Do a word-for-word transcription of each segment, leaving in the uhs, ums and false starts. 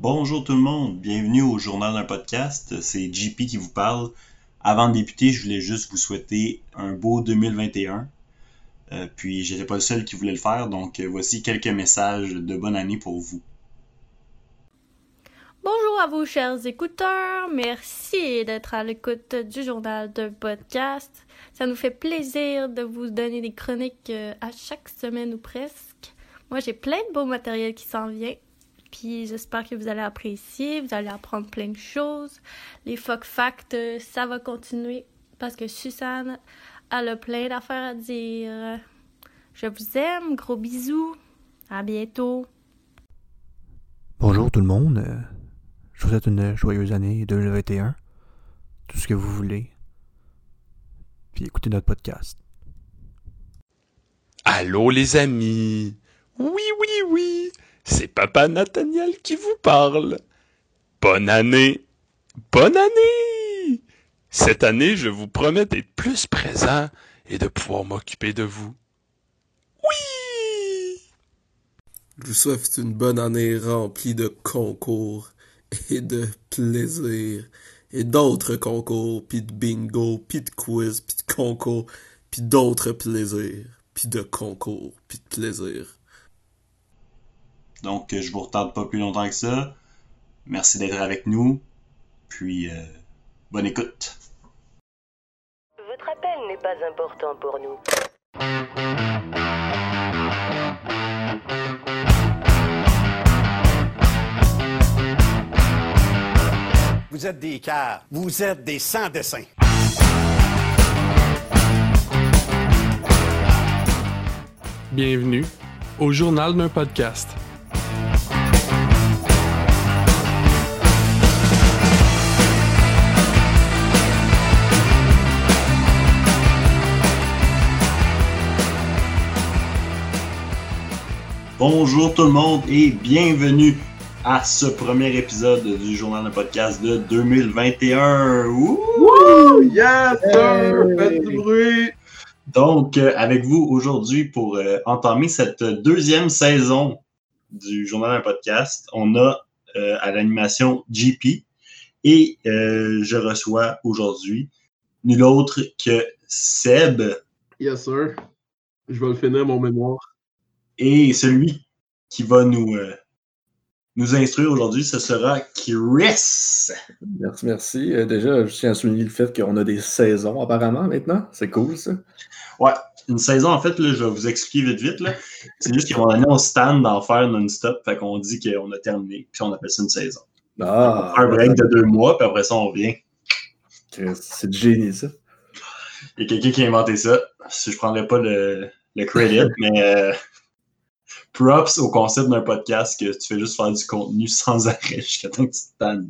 Bonjour tout le monde, bienvenue au Journal d'un podcast, c'est J P qui vous parle. Avant de débuter, je voulais juste vous souhaiter un beau deux mille vingt et un. Euh, puis j'étais pas le seul qui voulait le faire, donc euh, voici quelques messages de bonne année pour vous. Bonjour à vous chers écouteurs, merci d'être à l'écoute du Journal d'un podcast. Ça nous fait plaisir de vous donner des chroniques euh, à chaque semaine ou presque. Moi j'ai plein de beau matériel qui s'en vient. Puis j'espère que vous allez apprécier, vous allez apprendre plein de choses. Les fuck facts, ça va continuer parce que Suzanne, elle a plein d'affaires à dire. Je vous aime, gros bisous, à bientôt. Bonjour tout le monde, euh, je vous souhaite une joyeuse année deux mille vingt et un, tout ce que vous voulez. Puis écoutez notre podcast. Allô les amis, oui oui oui. C'est Papa Nathaniel qui vous parle. Bonne année! Bonne année! Cette année, je vous promets d'être plus présent et de pouvoir m'occuper de vous. Oui! Je vous souhaite une bonne année remplie de concours et de plaisir. Et d'autres concours, puis de bingo, puis de quiz, puis de concours, puis d'autres plaisirs, puis de concours, puis de plaisir. Donc, je vous retarde pas plus longtemps que ça. Merci d'être avec nous. Puis, euh, bonne écoute. Votre appel n'est pas important pour nous. Vous êtes des caves. Vous êtes des sans-dessins. Bienvenue au Journal d'un podcast. Bonjour tout le monde et bienvenue à ce premier épisode du Journal d'un podcast de deux mille vingt et un. Wouh! Wouh! Yes, sir! Hey! Faites du bruit! Donc, euh, avec vous aujourd'hui pour euh, entamer cette deuxième saison du Journal d'un podcast, on a euh, à l'animation J P et euh, je reçois aujourd'hui nul autre que Seb. Yes, sir. Je vais le finir, mon mémoire. Et celui qui va nous, euh, nous instruire aujourd'hui, ce sera Chris. Merci, merci. Euh, déjà, je tiens à souligner le fait qu'on a des saisons apparemment maintenant. C'est cool, ça. Ouais, une saison, en fait, là, je vais vous expliquer vite, vite. Là. C'est juste qu'à un moment donné, on stand d'en faire non-stop. Fait qu'on dit qu'on a terminé, puis on appelle ça une saison. Ah, on fait un break ouais. de deux mois, puis après ça, on revient. C'est du génie, ça. Il y a quelqu'un qui a inventé ça. Si je ne prendrais pas le, le credit, mais... Euh, props au concept d'un podcast que tu fais juste faire du contenu sans arrêt jusqu'à temps que tu te tannes.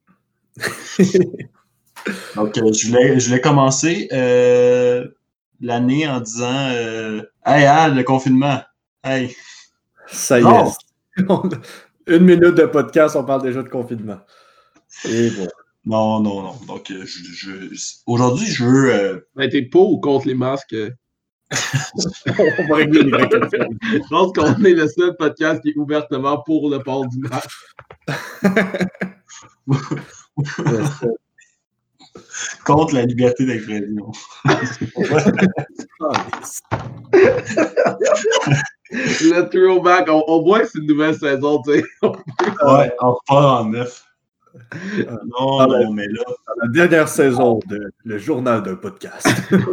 Donc, euh, je, voulais, je voulais commencer euh, l'année en disant euh, Hey, Al, le confinement. Hey. Ça y non. est. Une minute de podcast, on parle déjà de confinement. Et bon. Non, non, non. Donc, euh, je, je, aujourd'hui, je veux. Euh... Ben, t'es pour ou contre les masques? On va régler les questions. Je pense qu'on est le seul podcast qui est ouvertement pour le port du masque. Contre la liberté d'expression. Le throwback, on, on voit que c'est une nouvelle saison, tu sais. Ouais, on repart en neuf. Euh, non, ah, non, mais là. La dernière saison de Le Journal d'un podcast.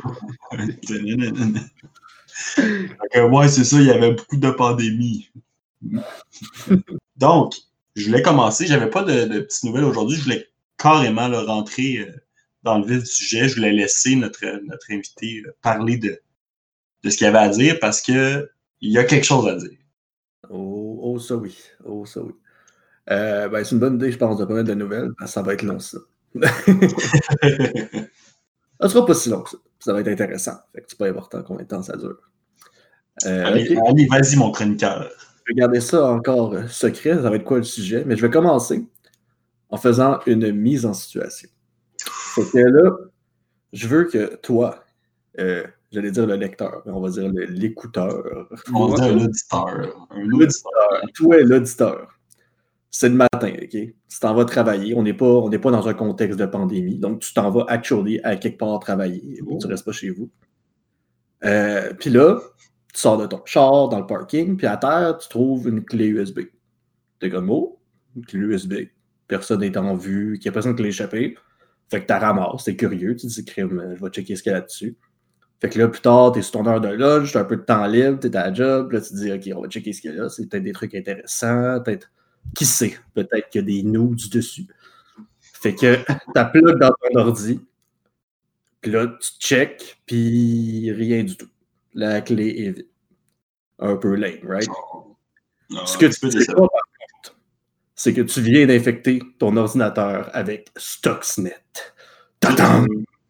Okay, ouais, c'est ça, il y avait beaucoup de pandémies. Donc, je voulais commencer, j'avais pas de, de petites nouvelles aujourd'hui, je voulais carrément là, rentrer euh, dans le vif du sujet, je voulais laisser notre, notre invité euh, parler de, de ce qu'il avait à dire parce que il y a quelque chose à dire. Oh, oh ça oui, oh ça oui. Euh, ben, c'est une bonne idée, je pense, de pas mettre de nouvelles. Ben, ça va être long, ça. Ça sera pas si long, ça. Ça va être intéressant. Fait que c'est pas important combien de temps ça dure. Euh, allez, okay. allez, vas-y, mon chroniqueur. Je vais garder ça encore euh, secret. Ça va être quoi le sujet? Mais je vais commencer en faisant une mise en situation. Fait que là, je veux que toi, euh, j'allais dire le lecteur, mais on va dire le, l'écouteur. On va dire l'auditeur. L'auditeur. Toi, l'auditeur. c'est le matin, OK? Tu t'en vas travailler. On n'est pas, on n'est pas dans un contexte de pandémie. Donc, tu t'en vas actually à quelque part travailler. Oh. Tu ne restes pas chez vous. Euh, puis là, tu sors de ton char dans le parking, puis à terre, tu trouves une clé U S B. T'es comme, oh, une clé U S B. Personne n'est en vue, qu'il n'y a personne qui l'a échappé. Fait que tu la ramasses, t'es curieux, tu te dis, crime, je vais checker ce qu'il y a là-dessus. Fait que là, plus tard, t'es sur ton heure de lunch, t'as un peu de temps libre, t'es à la job, là, tu te dis, OK, on va checker ce qu'il y a là, c'est peut-être des trucs intéressants, peut-être, qui sait, peut-être qu'il y a des nudes dessus. Fait que t'as plug dans ton ordi, puis là, tu check, puis rien du tout. La clé est vide. Un peu lame, right? Non, ce que tu sais pas, par contre, c'est que tu viens d'infecter ton ordinateur avec Stuxnet. Tadam!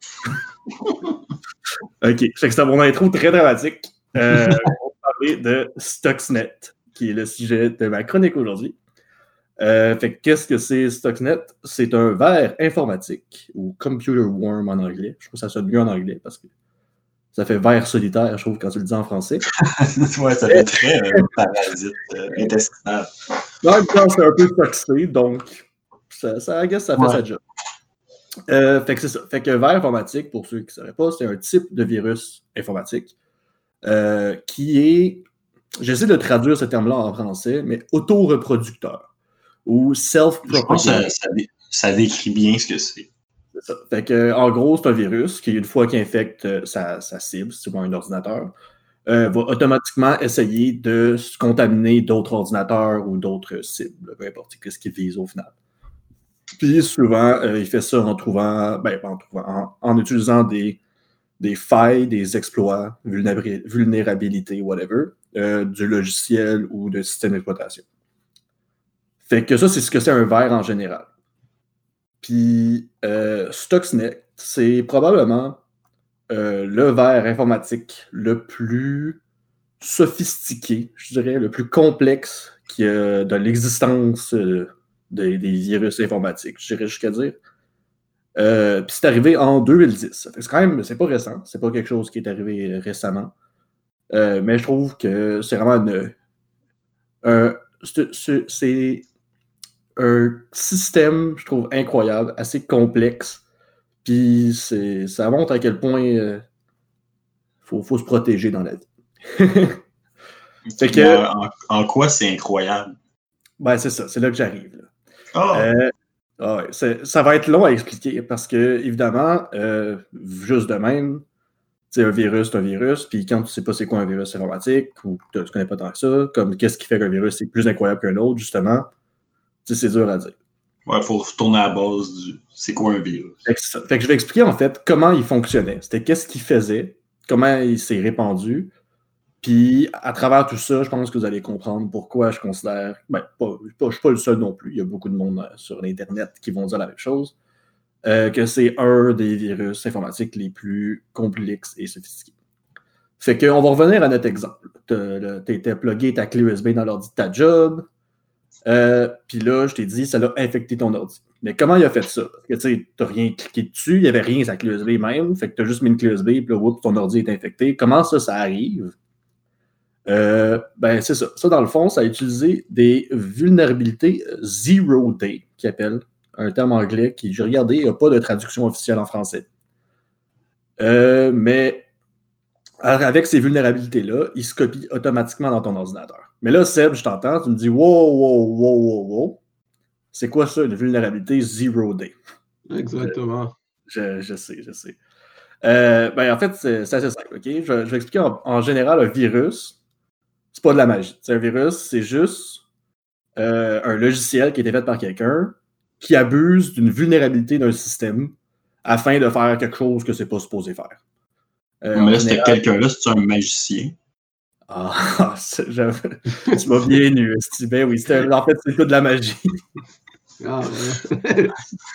OK, fait que c'était mon intro très dramatique. Euh, on va parler de Stuxnet, qui est le sujet de ma chronique aujourd'hui. Euh, fait que qu'est-ce que c'est Stuxnet? C'est un ver informatique, ou computer worm en anglais. Je trouve que ça sonne mieux en anglais parce que ça fait ver solitaire, je trouve, quand tu le dis en français. Ouais, ça fait très euh, parasite euh, intestinal. Non, c'est un peu toxé, donc ça, ça, I guess, ça fait ouais. sa job. Euh, fait que c'est ça. Fait que ver informatique, pour ceux qui ne sauraient pas, c'est un type de virus informatique euh, qui est, j'essaie de traduire ce terme-là en français, mais auto-reproducteur ou self-propagating. Je pense que ça, ça, ça décrit bien ce que c'est. C'est ça. Fait que, en gros, c'est un virus qui, une fois qu'il infecte sa, sa cible, si tu vois un ordinateur, euh, va automatiquement essayer de se contaminer d'autres ordinateurs ou d'autres cibles, peu importe ce qu'il vise au final. Puis souvent, euh, il fait ça en trouvant, ben, en, trouvant en, en utilisant des, des failles, des exploits, vulnérabilités, whatever, euh, du logiciel ou de système d'exploitation. Fait que ça, c'est ce que c'est un ver en général. Puis euh, Stuxnet, c'est probablement euh, le ver informatique le plus sophistiqué, je dirais, le plus complexe qui a de l'existence euh, Des, des virus informatiques, je dirais jusqu'à dire. Euh, puis c'est arrivé en deux mille dix. C'est quand même, c'est pas récent, c'est pas quelque chose qui est arrivé récemment. Euh, mais je trouve que c'est vraiment une, un, c'est, c'est un système, je trouve, incroyable, assez complexe. Puis c'est, ça montre à quel point il euh, faut, faut se protéger dans la vie. Fait que, en, en quoi c'est incroyable? Ben c'est ça, c'est là que j'arrive. Là. Oh. Euh, oh ouais, ça va être long à expliquer parce que, évidemment, euh, juste de même, un virus, c'est un virus, puis quand tu sais pas c'est quoi un virus informatique ou que tu connais pas tant que ça, comme qu'est-ce qui fait qu'un virus est plus incroyable qu'un autre, justement, c'est dur à dire. Ouais, il faut retourner à la base du c'est quoi un virus. Fait que, ça. Fait que je vais expliquer en fait comment il fonctionnait. C'était qu'est-ce qu'il faisait, comment il s'est répandu. Puis, à travers tout ça, je pense que vous allez comprendre pourquoi je considère... Ben, pas, pas, je ne suis pas le seul non plus. Il y a beaucoup de monde sur l'Internet qui vont dire la même chose. Euh, que c'est un des virus informatiques les plus complexes et sophistiqués. Fait qu'on va revenir à notre exemple. Tu étais plugué ta clé U S B dans l'ordi de ta job. Euh, Puis là, je t'ai dit, ça l'a infecté ton ordi. Mais comment il a fait ça? Parce que tu sais, tu n'as rien cliqué dessus. Il n'y avait rien sur la clé U S B même. Fait que tu as juste mis une clé U S B. Puis là, oups, ton ordi est infecté. Comment ça, ça arrive? Euh, ben, c'est ça. Ça, dans le fond, ça a utilisé des vulnérabilités zero day, qui appelle un terme anglais qui, j'ai regardé, il n'y a pas de traduction officielle en français. Euh, mais avec ces vulnérabilités-là, ils se copient automatiquement dans ton ordinateur. Mais là, Seb, je t'entends, tu me dis, wow, wow, wow, wow, wow. C'est quoi ça, une vulnérabilité zero day? Exactement. Je, je sais, je sais. Euh, ben, en fait, c'est, c'est assez simple, OK? Je, je vais expliquer en, en général un virus. C'est pas de la magie. C'est un virus, c'est juste euh, un logiciel qui a été fait par quelqu'un qui abuse d'une vulnérabilité d'un système afin de faire quelque chose que c'est pas supposé faire. Euh, Mais là, c'était quelqu'un-là, c'est un magicien. Ah, c'est, tu m'as bien nu. Ben oui, c'était, en fait, c'est pas de la magie. Ah, ouais.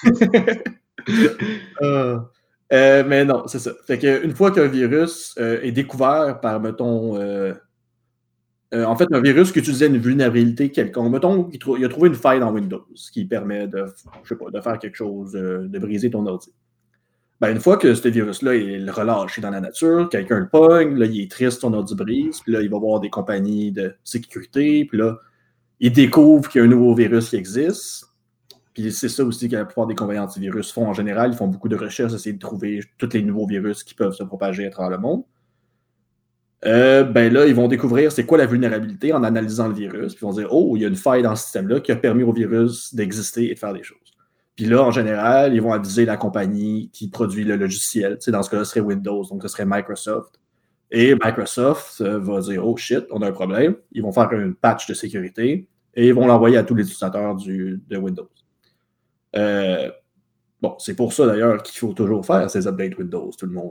euh, euh, mais non, c'est ça. Fait qu'une fois qu'un virus euh, est découvert par, mettons, euh, Euh, en fait, un virus qui utilisait une vulnérabilité quelconque. Mettons, il, trou- il a trouvé une faille dans Windows qui permet de, je sais pas, de faire quelque chose, de, de briser ton ordi. Ben, une fois que ce virus-là est relâché dans la nature, quelqu'un le pogne, là, il est triste, ton ordi brise, puis là, il va voir des compagnies de sécurité, puis là, ils découvrent qu'il y a un nouveau virus qui existe. Puis c'est ça aussi que la plupart des compagnies antivirus font en général. Ils font beaucoup de recherches, essayer de trouver tous les nouveaux virus qui peuvent se propager à travers le monde. Euh, ben là, ils vont découvrir c'est quoi la vulnérabilité en analysant le virus. Puis ils vont dire, oh, il y a une faille dans ce système-là qui a permis au virus d'exister et de faire des choses. Puis là, en général, ils vont aviser la compagnie qui produit le logiciel. Tu sais, dans ce cas-là, ce serait Windows, donc ce serait Microsoft. Et Microsoft euh, va dire, oh shit, on a un problème. Ils vont faire un patch de sécurité et ils vont l'envoyer à tous les utilisateurs du, de Windows. Euh, bon, c'est pour ça d'ailleurs qu'il faut toujours faire ces updates Windows, tout le monde.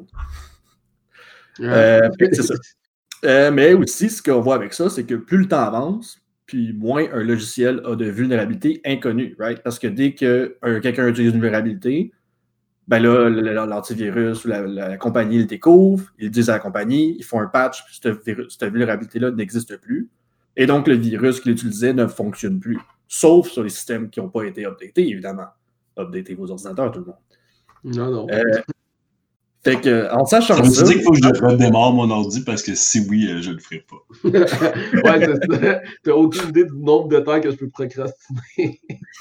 Euh, c'est ça. Euh, mais aussi, ce qu'on voit avec ça, c'est que plus le temps avance, puis moins un logiciel a de vulnérabilité inconnue, right? Parce que dès que euh, quelqu'un utilise une vulnérabilité, ben là, l'antivirus ou la, la, la compagnie le découvre, ils disent à la compagnie, ils font un patch, puis cette, cette vulnérabilité-là n'existe plus. Et donc, le virus qu'il utilisait ne fonctionne plus. Sauf sur les systèmes qui n'ont pas été updatés, évidemment. Updatez vos ordinateurs, tout le monde. Non, non. Euh, fait que, en sachant ça... Ça veut dire qu'il faut que je redémarre mon ordi parce que si oui, euh, je le ferai pas. Ouais, c'est ça. T'as aucune idée du nombre de temps que je peux procrastiner.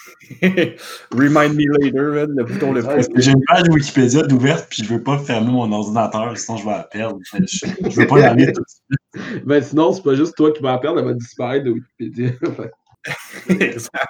Remind me later, man, le bouton le plus. J'ai une page Wikipédia d'ouverte puis je veux pas fermer mon ordinateur, sinon je vais la perdre. Je, je veux pas y aller tout de suite. Ben sinon, c'est pas juste toi qui vas la perdre, elle va disparaître de Wikipédia. Exact.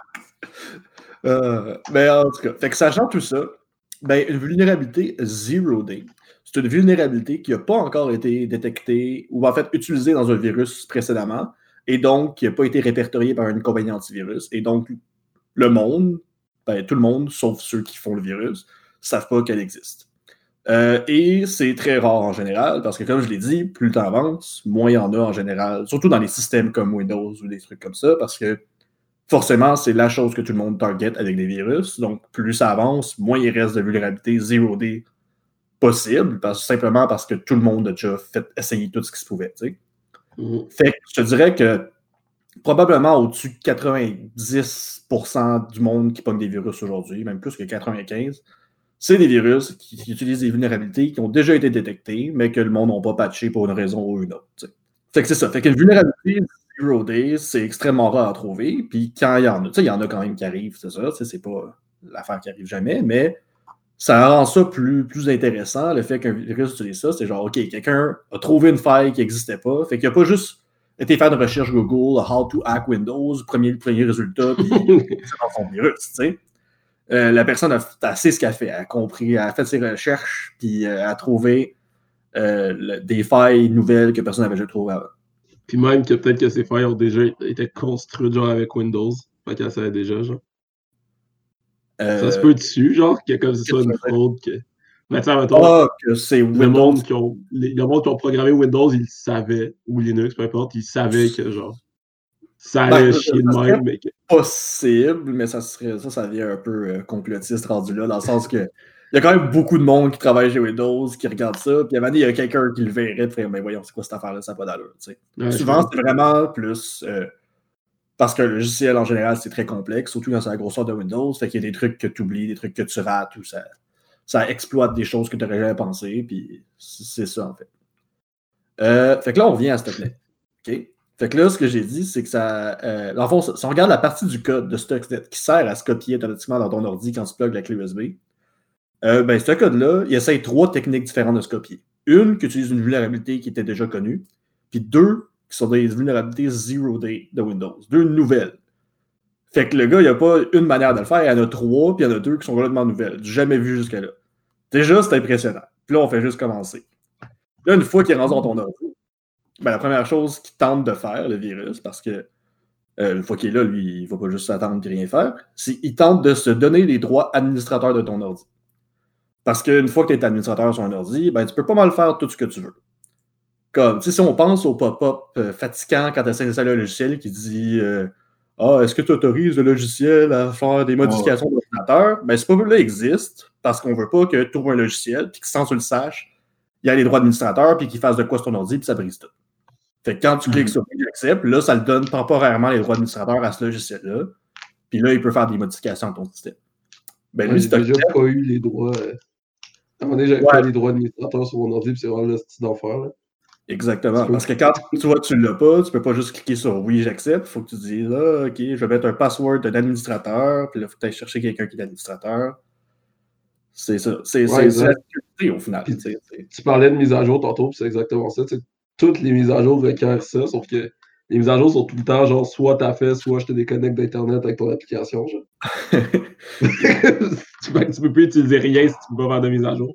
Euh, mais en tout cas, fait que sachant tout ça, ben, une vulnérabilité zero day, c'est une vulnérabilité qui n'a pas encore été détectée ou en fait utilisée dans un virus précédemment et donc qui n'a pas été répertoriée par une compagnie antivirus. Et donc, le monde, ben, tout le monde, sauf ceux qui font le virus, ne savent pas qu'elle existe. Euh, et c'est très rare en général parce que, comme je l'ai dit, plus le temps avance, moins il y en a en général, surtout dans les systèmes comme Windows ou des trucs comme ça, parce que forcément, c'est la chose que tout le monde target avec des virus. Donc, plus ça avance, moins il reste de vulnérabilité zero day possible, parce, simplement parce que tout le monde a déjà fait essayer tout ce qui se pouvait. Tu sais. Mm. Fait que je te dirais que probablement au-dessus de quatre-vingt-dix pour cent du monde qui pogne des virus aujourd'hui, même plus que quatre-vingt-quinze pour cent, c'est des virus qui, qui utilisent des vulnérabilités qui ont déjà été détectées, mais que le monde n'a pas patché pour une raison ou une autre. Tu sais. Fait que c'est ça. Fait que une vulnérabilité zero days, c'est extrêmement rare à trouver. Puis quand il y en a, tu sais, il y en a quand même qui arrivent, c'est ça. C'est pas l'affaire qui arrive jamais, mais ça rend ça plus, plus intéressant, le fait qu'un virus utilise ça. C'est genre, OK, quelqu'un a trouvé une faille qui n'existait pas. Fait qu'il n'a pas juste été faire une recherche Google, How to hack Windows, premier, premier résultat, puis c'est dans son virus, tu sais. Euh, la personne a, a sait ce qu'elle fait. Elle a compris, elle a fait ses recherches, puis euh, elle a trouvé euh, le, des failles nouvelles que personne n'avait jamais trouvées avant. Puis même que peut-être que ces failles ont déjà été construites genre avec Windows. Fait qu'elle savait déjà, genre. Euh... Ça se peut dessus, genre, qu'il y a comme ça une fraude que. Mais tu sais, mettons, ah, que c'est Windows. Le monde qui ont, les, le monde qui ont programmé Windows, ils le savaient, ou Linux, peu importe, ils savaient que genre. Ça allait ben, chier de même, mais que. Possible, mais ça serait ça, ça devient un peu euh, complotiste rendu là, dans le sens que. Il y a quand même beaucoup de monde qui travaille chez Windows, qui regarde ça, puis à un moment donné, il y a quelqu'un qui le verrait, de faire, mais voyons, c'est quoi cette affaire-là, ça n'a pas d'allure, tu sais. Ouais, souvent, c'est vraiment plus, euh, parce que le logiciel, en général, c'est très complexe, surtout quand c'est la grosseur de Windows, fait qu'il y a des trucs que tu oublies, des trucs que tu rates, ou ça, ça exploite des choses que tu n'aurais jamais pensé, puis c'est ça, en fait. Euh, fait que là, on revient à cette plaie, OK? Fait que là, ce que j'ai dit, c'est que ça... Euh, dans le fond, si on regarde la partie du code de Stuxnet qui sert à se copier automatiquement dans ton ordi quand tu plugues la clé U S B, Euh, ben, ce code-là, il essaye trois techniques différentes de se copier. Une qui utilise une vulnérabilité qui était déjà connue, puis deux qui sont des vulnérabilités zero day de Windows. Deux nouvelles. Fait que le gars, il n'y a pas une manière de le faire, il y en a trois, puis il y en a deux qui sont complètement nouvelles. Jamais vu jusqu'à là. Déjà, c'est impressionnant. Puis là, on fait juste commencer. Là, une fois qu'il est rendu dans ton ordi, ben, la première chose qu'il tente de faire, le virus, parce que euh, une fois qu'il est là, lui, il ne va pas juste s'attendre et rien faire, c'est qu'il tente de se donner les droits administrateurs de ton ordi. Parce qu'une fois que tu es administrateur sur un ordi, ben, tu peux pas mal faire tout ce que tu veux. Comme, si on pense au pop-up euh, fatigant quand tu essaies d'installer un logiciel qui dit euh, « Ah, est-ce que tu autorises le logiciel à faire des modifications oh. d'ordinateur? » Ben, ce pop-up-là existe parce qu'on veut pas que tu ouvres un logiciel puis que sans que tu le saches, il y a les droits administrateurs puis qu'il fasse de quoi sur ton ordi puis ça brise tout. Fait que quand tu cliques mm-hmm. sur « J'accepte », là, ça le donne temporairement les droits administrateurs à ce logiciel-là. Puis là, il peut faire des modifications à ton système. Ben, lui, si t'as déjà pas eu les droits... Euh... À un moment donné, j'avais ouais. pas les droits administrateurs sur mon ordi, puis c'est vraiment le style d'enfer. Là. Exactement. Parce que quand toi, tu l'as pas, tu peux pas juste cliquer sur oui, j'accepte. Il faut que tu dises là, ok, je vais mettre un password d'administrateur, puis là, il faut que tu ailles chercher quelqu'un qui est administrateur. C'est ça. C'est Ouais, c'est la sécurité au final. Puis, tu parlais de mise à jour tantôt, puis c'est exactement ça. T'sais, toutes les mises à jour requièrent ça, sauf que les mises à jour sont tout le temps genre soit t'as fait, soit je te déconnecte d'Internet avec ton application. Genre. tu, peux, tu peux plus utiliser rien si tu peux pas faire de mise à jour.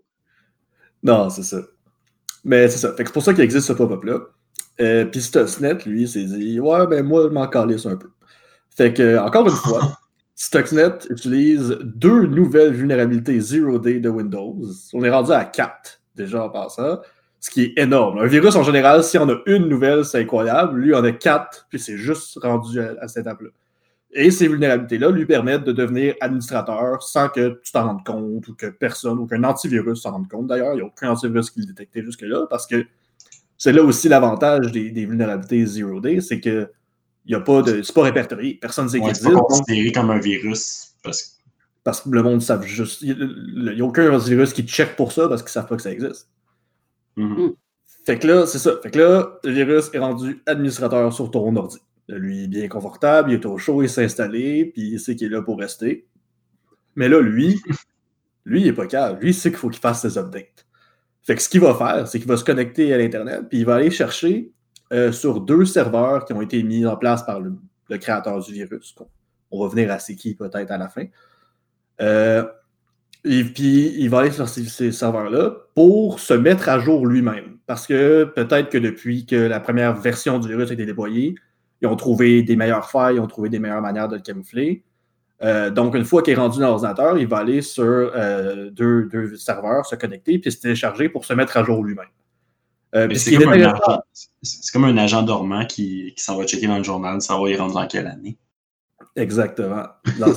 Non, c'est ça. Mais c'est ça. Fait que c'est pour ça qu'il existe ce pop-up-là. Euh, Puis Stuxnet, lui, s'est dit ouais, ben moi, je m'en calisse un peu. Fait que, encore une fois, Stuxnet utilise deux nouvelles vulnérabilités zero day de Windows. On est rendu à quatre déjà en passant, ce qui est énorme. Un virus, en général, si on a une nouvelle, c'est incroyable. Lui, on a quatre, puis c'est juste rendu à, à cette étape-là. Et ces vulnérabilités-là lui permettent de devenir administrateur sans que tu t'en rendes compte ou que personne, ou qu'un antivirus s'en rende compte. D'ailleurs, il n'y a aucun antivirus qui le détectait jusque-là parce que c'est là aussi l'avantage des, des vulnérabilités zero day, c'est que il y a pas de, c'est pas répertorié. Personne ne sait ouais, qu'il existe. C'est pas considéré donc, comme un virus. Parce que, parce que le monde ne savent juste. Il n'y a aucun virus qui check pour ça parce qu'ils ne savent pas que ça existe. Mm-hmm. Fait que là, c'est ça. Fait que là, le virus est rendu administrateur sur ton ordi. Lui, bien confortable, il est au chaud, il s'est installé, puis il sait qu'il est là pour rester. Mais là, lui, lui, il n'est pas calme. Lui, il sait qu'il faut qu'il fasse ses updates. Fait que ce qu'il va faire, c'est qu'il va se connecter à l'Internet, puis il va aller chercher euh, sur deux serveurs qui ont été mis en place par le, le créateur du virus. On va venir à c'est qui peut-être à la fin. Euh, et puis, il va aller sur ces, ces serveurs-là pour se mettre à jour lui-même. Parce que peut-être que depuis que la première version du virus a été déployée, ils ont trouvé des meilleures failles, ils ont trouvé des meilleures manières de le camoufler. Euh, donc, une fois qu'il est rendu dans l'ordinateur, il va aller sur euh, deux, deux serveurs, se connecter, puis se télécharger pour se mettre à jour lui-même. Euh, c'est, comme un agent, c'est comme un agent dormant qui, qui s'en va checker dans le journal, savoir il rentre dans quelle année. Exactement. Dans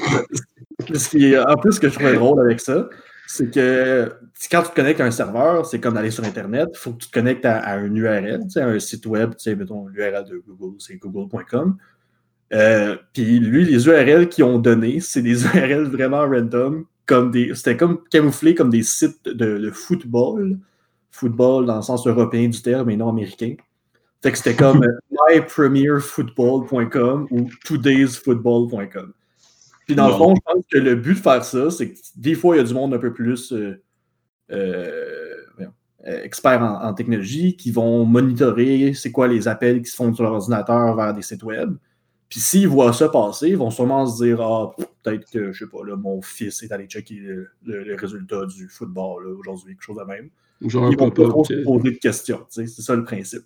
ce qui, en plus, ce que je trouvais drôle avec ça, c'est que quand tu te connectes à un serveur, c'est comme d'aller sur Internet, il faut que tu te connectes à, à une U R L, tu sais, à un site web, tu sais, mettons l'U R L de Google, c'est google point com. Euh, puis lui, les U R L qu'ils ont donné, c'est des U R L vraiment random, comme des, c'était comme camouflé comme des sites de, de football, football dans le sens européen du terme et non américain. Fait que c'était comme my premier football point com ou today's football point com. Puis dans le fond, je pense que le but de faire ça, c'est que des fois, il y a du monde un peu plus euh, euh, expert en, en technologie qui vont monitorer c'est quoi les appels qui se font sur l'ordinateur vers des sites web. Puis s'ils voient ça passer, ils vont sûrement se dire « Ah, peut-être que, je sais pas, là, mon fils est allé checker le, le, le résultat du football là, aujourd'hui, quelque chose de même. » Genre ils vont pas trop se poser de questions. C'est ça le principe.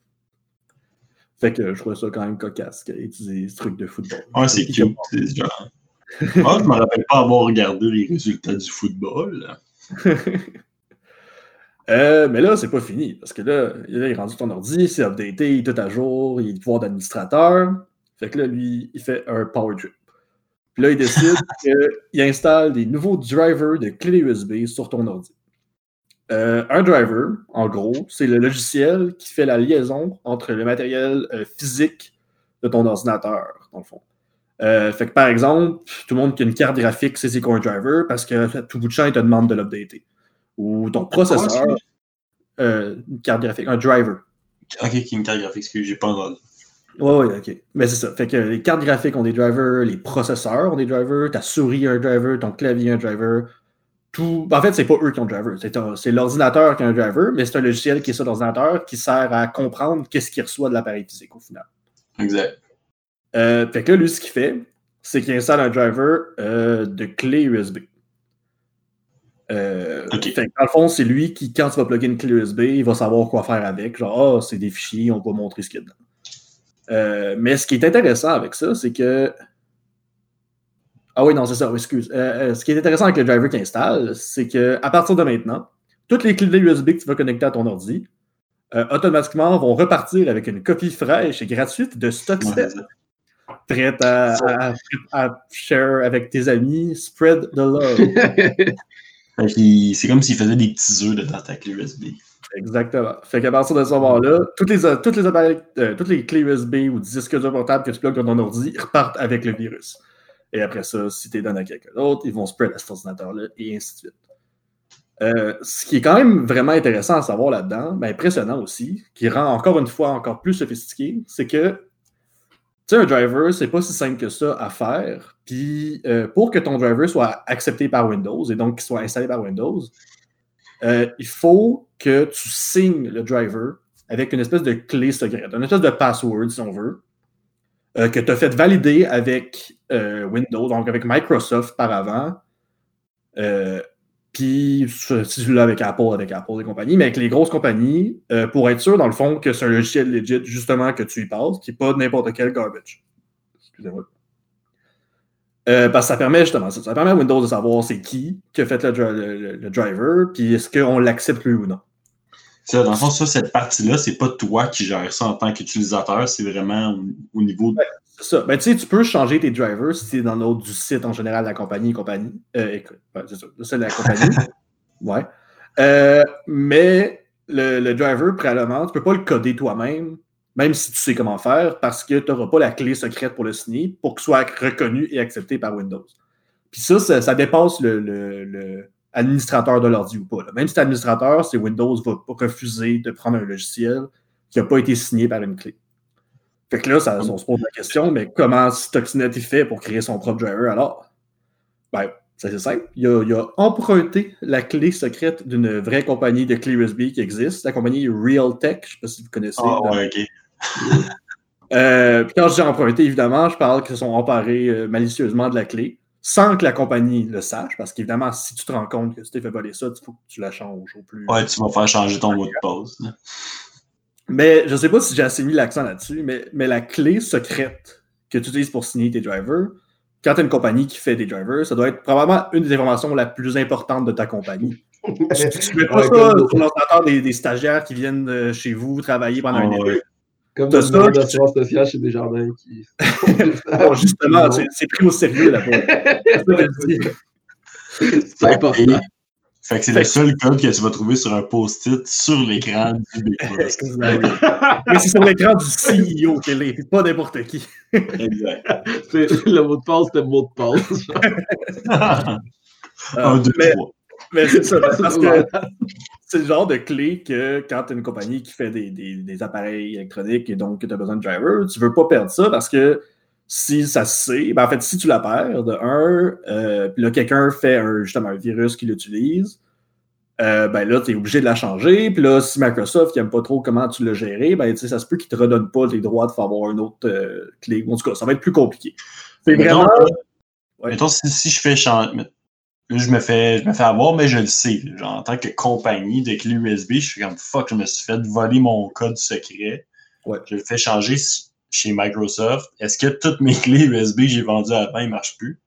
Fait que je trouve ça quand même cocasse d'utiliser ce truc de football. Ouais, c'est cute. C'est genre... Ah, je me rappelle pas avoir regardé les résultats du football. euh, mais là, c'est pas fini. Parce que là, là, il est rendu ton ordi, c'est updaté, il est tout à jour, il est pouvoir d'administrateur. Fait que là, lui, il fait un power trip. Puis là, il décide qu'il installe des nouveaux drivers de clé U S B sur ton ordi. Euh, un driver, en gros, c'est le logiciel qui fait la liaison entre le matériel euh, physique de ton ordinateur, dans le fond. Euh, fait que par exemple, tout le monde qui a une carte graphique sait c'est quoi un driver parce que à tout bout de champ, il te demande de l'updater. Ou ton processeur, euh, une carte graphique, un driver. Ok, qui est une carte graphique, que j'ai pas entendu. Oui, oui, ok. Mais c'est ça. Fait que les cartes graphiques ont des drivers, les processeurs ont des drivers, ta souris a un driver, ton clavier a un driver. Tout... En fait, c'est pas eux qui ont le driver. C'est, un... c'est l'ordinateur qui a un driver, mais c'est un logiciel qui est sur l'ordinateur qui sert à comprendre qu'est-ce qu'il reçoit de l'appareil physique au final. Exact. Euh, fait que là, lui, ce qu'il fait, c'est qu'il installe un driver euh, de clé U S B. Euh, okay. Fait que dans le fond, c'est lui qui, quand tu vas plugger une clé U S B, il va savoir quoi faire avec. Genre, ah, oh, c'est des fichiers, on va montrer ce qu'il y a dedans. Euh, mais ce qui est intéressant avec ça, c'est que. Ah oui, non, c'est ça, excuse. Euh, ce qui est intéressant avec le driver qu'il installe, c'est qu'à partir de maintenant, toutes les clés U S B que tu vas connecter à ton ordi, euh, automatiquement vont repartir avec une copie fraîche et gratuite de Stuxnet. Ouais, prête à, à, à share avec tes amis, spread the love. C'est comme s'il faisait des petits œufs dans ta clé U S B. Exactement. Fait qu'à partir de ce moment-là, toutes les, toutes les, appareils, euh, toutes les clés U S B ou disques durs portables que tu plugues dans ton ordi repartent avec le virus. Et après ça, si tu les donnes à quelqu'un d'autre, ils vont spread à cet ordinateur-là et ainsi de suite. Euh, ce qui est quand même vraiment intéressant à savoir là-dedans, ben impressionnant aussi, qui rend encore une fois encore plus sophistiqué, c'est que tu sais, un driver, c'est pas si simple que ça à faire. Puis euh, pour que ton driver soit accepté par Windows et donc qu'il soit installé par Windows, euh, il faut que tu signes le driver avec une espèce de clé secrète, une espèce de password, si on veut, euh, que tu as fait valider avec euh, Windows, donc avec Microsoft par avant. Euh, Puis, si tu l'as avec Apple, avec Apple et compagnie, mais avec les grosses compagnies, euh, pour être sûr, dans le fond, que c'est un logiciel legit, justement, que tu y passes, qui n'est pas n'importe quel garbage. Excusez-moi. Euh, parce que ça permet justement ça. Ça permet à Windows de savoir c'est qui qui a fait le, le, le driver, puis est-ce qu'on l'accepte lui ou non. Ça, dans le fond, ça, cette partie-là, c'est pas toi qui gères ça en tant qu'utilisateur, c'est vraiment au, au niveau de... Ouais, c'est ça. Ben, tu sais, tu peux changer tes drivers si c'est dans le du site en général de la compagnie et compagnie. Euh, écoute, ouais, c'est ça. C'est la compagnie. Ouais. Euh, mais le, le driver, préalablement, tu peux pas le coder toi-même, même si tu sais comment faire, parce que tu n'auras pas la clé secrète pour le signer pour qu'il soit reconnu et accepté par Windows. Puis ça, ça, ça dépasse le, le, le administrateur de l'ordi ou pas. Là. Même si tu es administrateur, c'est Windows va pas refuser de prendre un logiciel qui n'a pas été signé par une clé. Fait que là, ça, on se pose la question, mais comment Stuxnet il fait pour créer son propre driver alors? Ben, c'est simple. Il a, il a emprunté la clé secrète d'une vraie compagnie de clé U S B qui existe, la compagnie Realtek. Je ne sais pas si vous connaissez. Ah, oh, ouais, ok. euh, puis quand je dis emprunté, évidemment, je parle qu'ils se sont emparés euh, malicieusement de la clé, sans que la compagnie le sache, parce qu'évidemment, si tu te rends compte que tu t'es fait voler ça, il faut que tu la changes au plus. Ouais, tu vas faire changer ton mot de passe. Mais je ne sais pas si j'ai assez mis l'accent là-dessus, mais, mais la clé secrète que tu utilises pour signer tes drivers, quand tu as une compagnie qui fait des drivers, ça doit être probablement une des informations la plus importantes de ta compagnie. tu ne mets pas ouais, ça sur l'ordinateur des, des stagiaires qui viennent de chez vous travailler pendant oh, une année. Comme dans une assurance sociale chez Desjardins qui... bon, justement, c'est, c'est pris au sérieux là-bas. C'est important. Fait que c'est le seul code que tu vas trouver sur un post-it sur l'écran du Big Mais c'est sur l'écran du C E O qu'elle est, pas n'importe qui. Exact. C'est, le mot de passe, c'est le mot de passe. Un, deux, mais, trois. Mais c'est ça, parce que c'est le genre de clé que quand tu as une compagnie qui fait des, des, des appareils électroniques et donc que tu as besoin de driver, tu veux pas perdre ça parce que si ça se sait, ben en fait, si tu la perds, de un, euh, puis là, quelqu'un fait un, justement un virus qui l'utilise, euh, ben là, tu es obligé de la changer. Puis là, si Microsoft n'aime pas trop comment tu l'as géré, ben tu sais, ça se peut qu'ils te redonnent pas les droits de faire avoir une autre euh, clé. En tout cas, ça va être plus compliqué. C'est mettons, vraiment... ouais. Mettons, si, si je fais changer... Je me fais, je me fais avoir, mais je le sais. Genre, en tant que compagnie de clé U S B, je suis comme fuck, je me suis fait voler mon code secret. Ouais. Je le fais changer chez Microsoft. Est-ce que toutes mes clés U S B que j'ai vendues avant, ils ne marchent plus?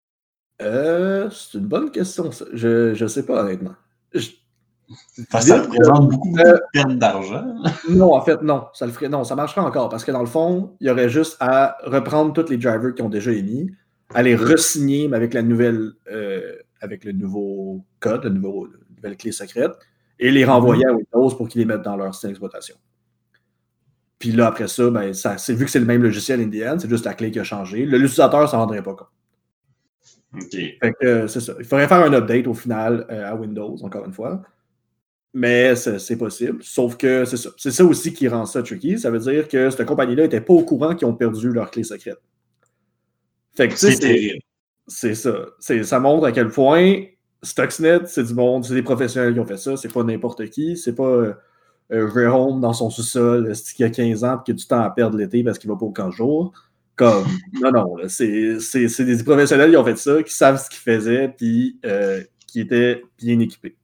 Euh, c'est une bonne question, ça. Je ne sais pas, honnêtement. Je... Parce que ça représente beaucoup, beaucoup euh... de perte d'argent. Non, en fait, non. Ça le ferait... Non, ça marchera encore. Parce que dans le fond, il y aurait juste à reprendre tous les drivers qui ont déjà émis, à les re-signer avec la nouvelle. Euh... avec le nouveau code, la nouveau, nouvelle clé secrète, et les renvoyer mm-hmm. à Windows pour qu'ils les mettent dans leur système d'exploitation. Puis là, après ça, ben, ça c'est, vu que c'est le même logiciel in the end, c'est juste la clé qui a changé. Le, l'utilisateur ne s'en rendrait pas compte. OK. Fait que euh, c'est ça. Il faudrait faire un update au final euh, à Windows, encore une fois. Mais c'est, c'est possible. Sauf que c'est ça. C'est ça aussi qui rend ça tricky. Ça veut dire que cette compagnie-là n'était pas au courant qu'ils ont perdu leur clé secrète. Fait que, c'est terrible. C'est ça. C'est, ça montre à quel point Stuxnet, c'est du monde, c'est des professionnels qui ont fait ça, c'est pas n'importe qui, c'est pas euh, euh, Jérôme dans son sous-sol qui a quinze ans et qui a du temps à perdre l'été parce qu'il va pas au camp de jour. Comme, non, non, là, c'est, c'est, c'est des professionnels qui ont fait ça, qui savent ce qu'ils faisaient puis euh, qui étaient bien équipés.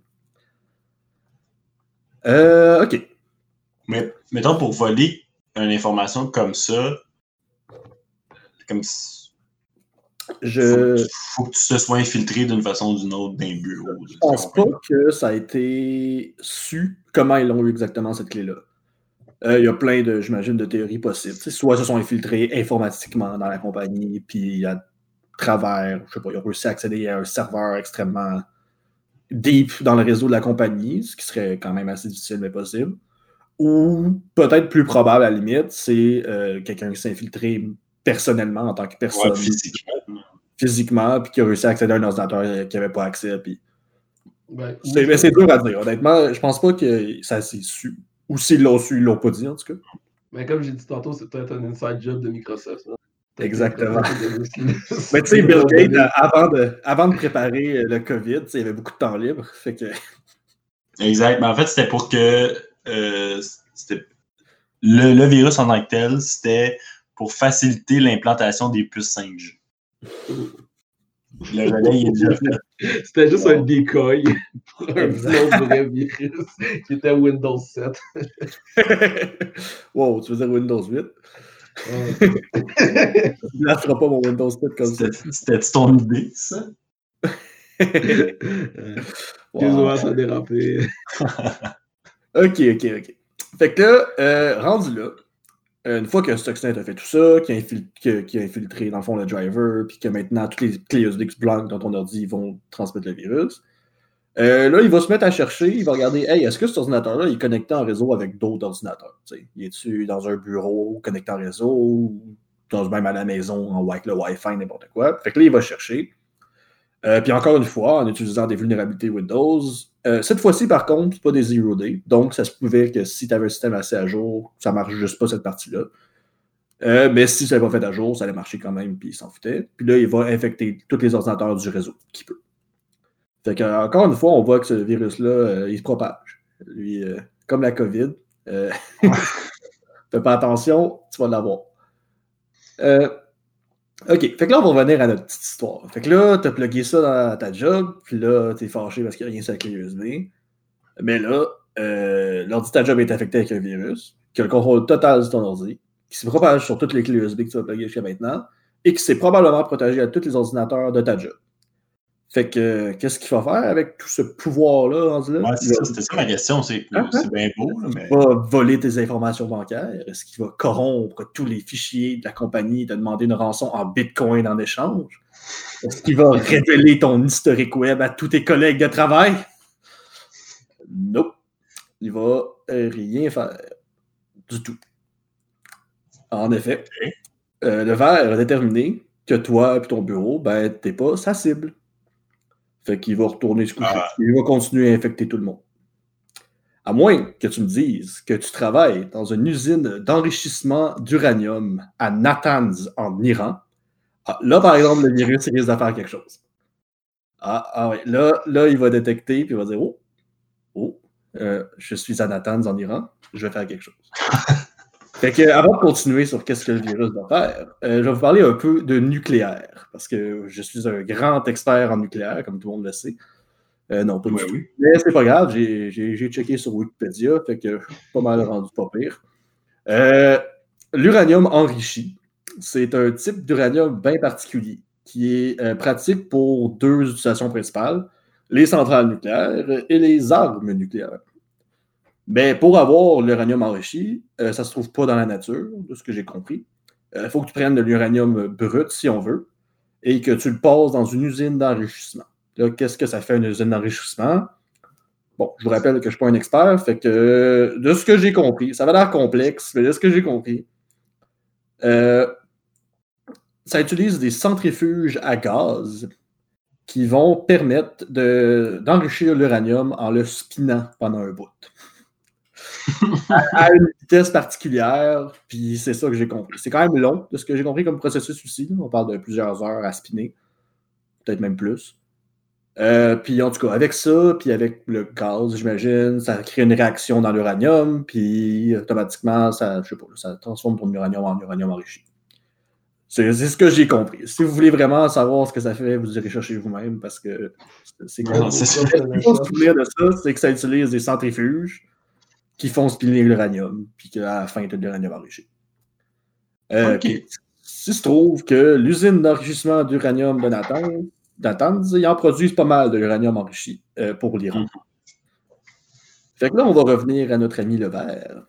Euh, OK. Mais mettons, pour voler une information comme ça, comme Je... Faut, faut que tu te sois infiltré d'une façon ou d'une autre d'un bureau. Je pense pas que ça a été su comment ils l'ont eu exactement, cette clé-là. Il euh, y a plein de, j'imagine, de théories possibles. T'sais, soit ils se sont infiltrés informatiquement dans la compagnie, puis à travers, je sais pas, ils ont réussi à accéder à un serveur extrêmement deep dans le réseau de la compagnie, ce qui serait quand même assez difficile, mais possible. Ou peut-être plus probable, à la limite, c'est euh, quelqu'un qui s'est infiltré personnellement en tant que personne. Ouais, physiquement. Physiquement, puis qui a réussi à accéder à un ordinateur qui n'avait pas accès. Puis... Ben, c'est, mais c'est dur à dire. Honnêtement, je pense pas que ça s'est su. Ou s'ils l'ont su, ils l'ont pas dit, en tout cas. Mais comme j'ai dit tantôt, c'est peut-être un inside job de Microsoft. Hein? Exactement. Mais tu sais, Bill Gates, avant de, avant de préparer le COVID, il y avait beaucoup de temps libre. Fait que... Exact. Mais en fait, c'était pour que euh, c'était le, le virus en tant que tel, c'était pour faciliter l'implantation des puces cinq G. Le relais, il est déjà fait. C'était juste wow. un decoy pour un autre vrai virus qui était Windows sept. Wow, tu veux dire Windows huit? Je ne lâcherai pas mon Windows sept comme ça. C'était ton idée, ça? Désolé, ça a dérapé. Ok, ok, ok. Fait que là, euh, rendu là, une fois que Stuxnet a fait tout ça, qu'il a, infil- qu'il a infiltré dans le fond le driver, puis que maintenant toutes les clés U S B que tu bloques dans ton ordi vont transmettre le virus, euh, là, il va se mettre à chercher, il va regarder, hey, est-ce que cet ordinateur-là est connecté en réseau avec d'autres ordinateurs? T'sais? Il est-tu dans un bureau connecté en réseau, ou dans, même à la maison, en avec le Wi-Fi, n'importe quoi? Fait que là, il va chercher. Euh, puis encore une fois, en utilisant des vulnérabilités Windows, euh, cette fois-ci, par contre, c'est pas des zero day. Donc, ça se pouvait que si tu avais un système assez à jour, ça marche juste pas cette partie-là. Euh, mais si ça n'avait pas fait à jour, ça allait marcher quand même, puis il s'en foutait. Puis là, il va infecter tous les ordinateurs du réseau qu'il peut. Fait que, encore une fois, on voit que ce virus-là, euh, il se propage. Lui, euh, comme la COVID. Euh, fais pas attention, tu vas l'avoir. Euh, OK, fait que là, on va revenir à notre petite histoire. Fait que là, t'as plugué ça dans ta job, puis là, t'es fâché parce qu'il n'y a rien sur la clé U S B. Mais là, euh, l'ordi de ta job est affecté avec un virus, qui a le contrôle total de ton ordi, qui se propage sur toutes les clés U S B que tu vas plugger jusqu'à maintenant, et qui s'est probablement protégé à tous les ordinateurs de ta job. Fait que, euh, qu'est-ce qu'il faut faire avec tout ce pouvoir-là, rendu là? Ouais, c'est ça, c'était ça ma question. C'est, ah, c'est bien beau, là, mais... Il va voler tes informations bancaires? Est-ce qu'il va corrompre tous les fichiers de la compagnie et te demander une rançon en bitcoin en échange? Est-ce qu'il va révéler ton historique web à tous tes collègues de travail? Non. Il va rien faire. Du tout. En effet, euh, le verre a déterminé que toi et ton bureau, ben, t'es pas sa cible. Fait qu'il va retourner se coucher. Ah. Il va continuer à infecter tout le monde. À moins que tu me dises que tu travailles dans une usine d'enrichissement d'uranium à Natanz, en Iran. Ah, là, par exemple, le virus risque de faire quelque chose. Ah, ah ouais. Là, là, il va détecter, puis il va dire « Oh, oh euh, je suis à Natanz, en Iran, je vais faire quelque chose. » Fait que, avant de continuer sur qu'est-ce que le virus doit faire, euh, je vais vous parler un peu de nucléaire, parce que je suis un grand expert en nucléaire, comme tout le monde le sait. Euh, non, pas du ouais, tout. Oui. Mais c'est pas grave, j'ai, j'ai, j'ai checké sur Wikipédia, fait que je suis pas mal rendu pas pire. Euh, l'uranium enrichi, c'est un type d'uranium bien particulier, qui est euh, pratique pour deux utilisations principales, les centrales nucléaires et les armes nucléaires. Mais pour avoir l'uranium enrichi, euh, ça ne se trouve pas dans la nature, de ce que j'ai compris. Il euh, faut que tu prennes de l'uranium brut, si on veut, et que tu le passes dans une usine d'enrichissement. Là, qu'est-ce que ça fait une usine d'enrichissement? Bon, je vous rappelle que je ne suis pas un expert, fait que de ce que j'ai compris, ça va l'air complexe, mais de ce que j'ai compris, euh, ça utilise des centrifuges à gaz qui vont permettre de, d'enrichir l'uranium en le spinant pendant un bout. à, à une vitesse particulière, puis c'est ça que j'ai compris. C'est quand même long, de ce que j'ai compris comme processus aussi. On parle de plusieurs heures à spinner, peut-être même plus. Euh, puis en tout cas, avec ça, puis avec le gaz, j'imagine, ça crée une réaction dans l'uranium, puis automatiquement, ça, je sais pas, ça transforme ton uranium en uranium enrichi. C'est, c'est ce que j'ai compris. Si vous voulez vraiment savoir ce que ça fait, vous irez chercher vous-même, parce que c'est quoi? Ce qu'il faut se souvenir de ça, c'est que ça utilise des centrifuges qui font spinner l'uranium, puis qu'à la fin, tu as de l'uranium enrichi. Euh, okay. Si se trouve que l'usine d'enrichissement d'uranium de Natanz, Natanz, ils en produisent pas mal de l'uranium enrichi euh, pour l'Iran. Fait que là, on va revenir à notre ami le verre.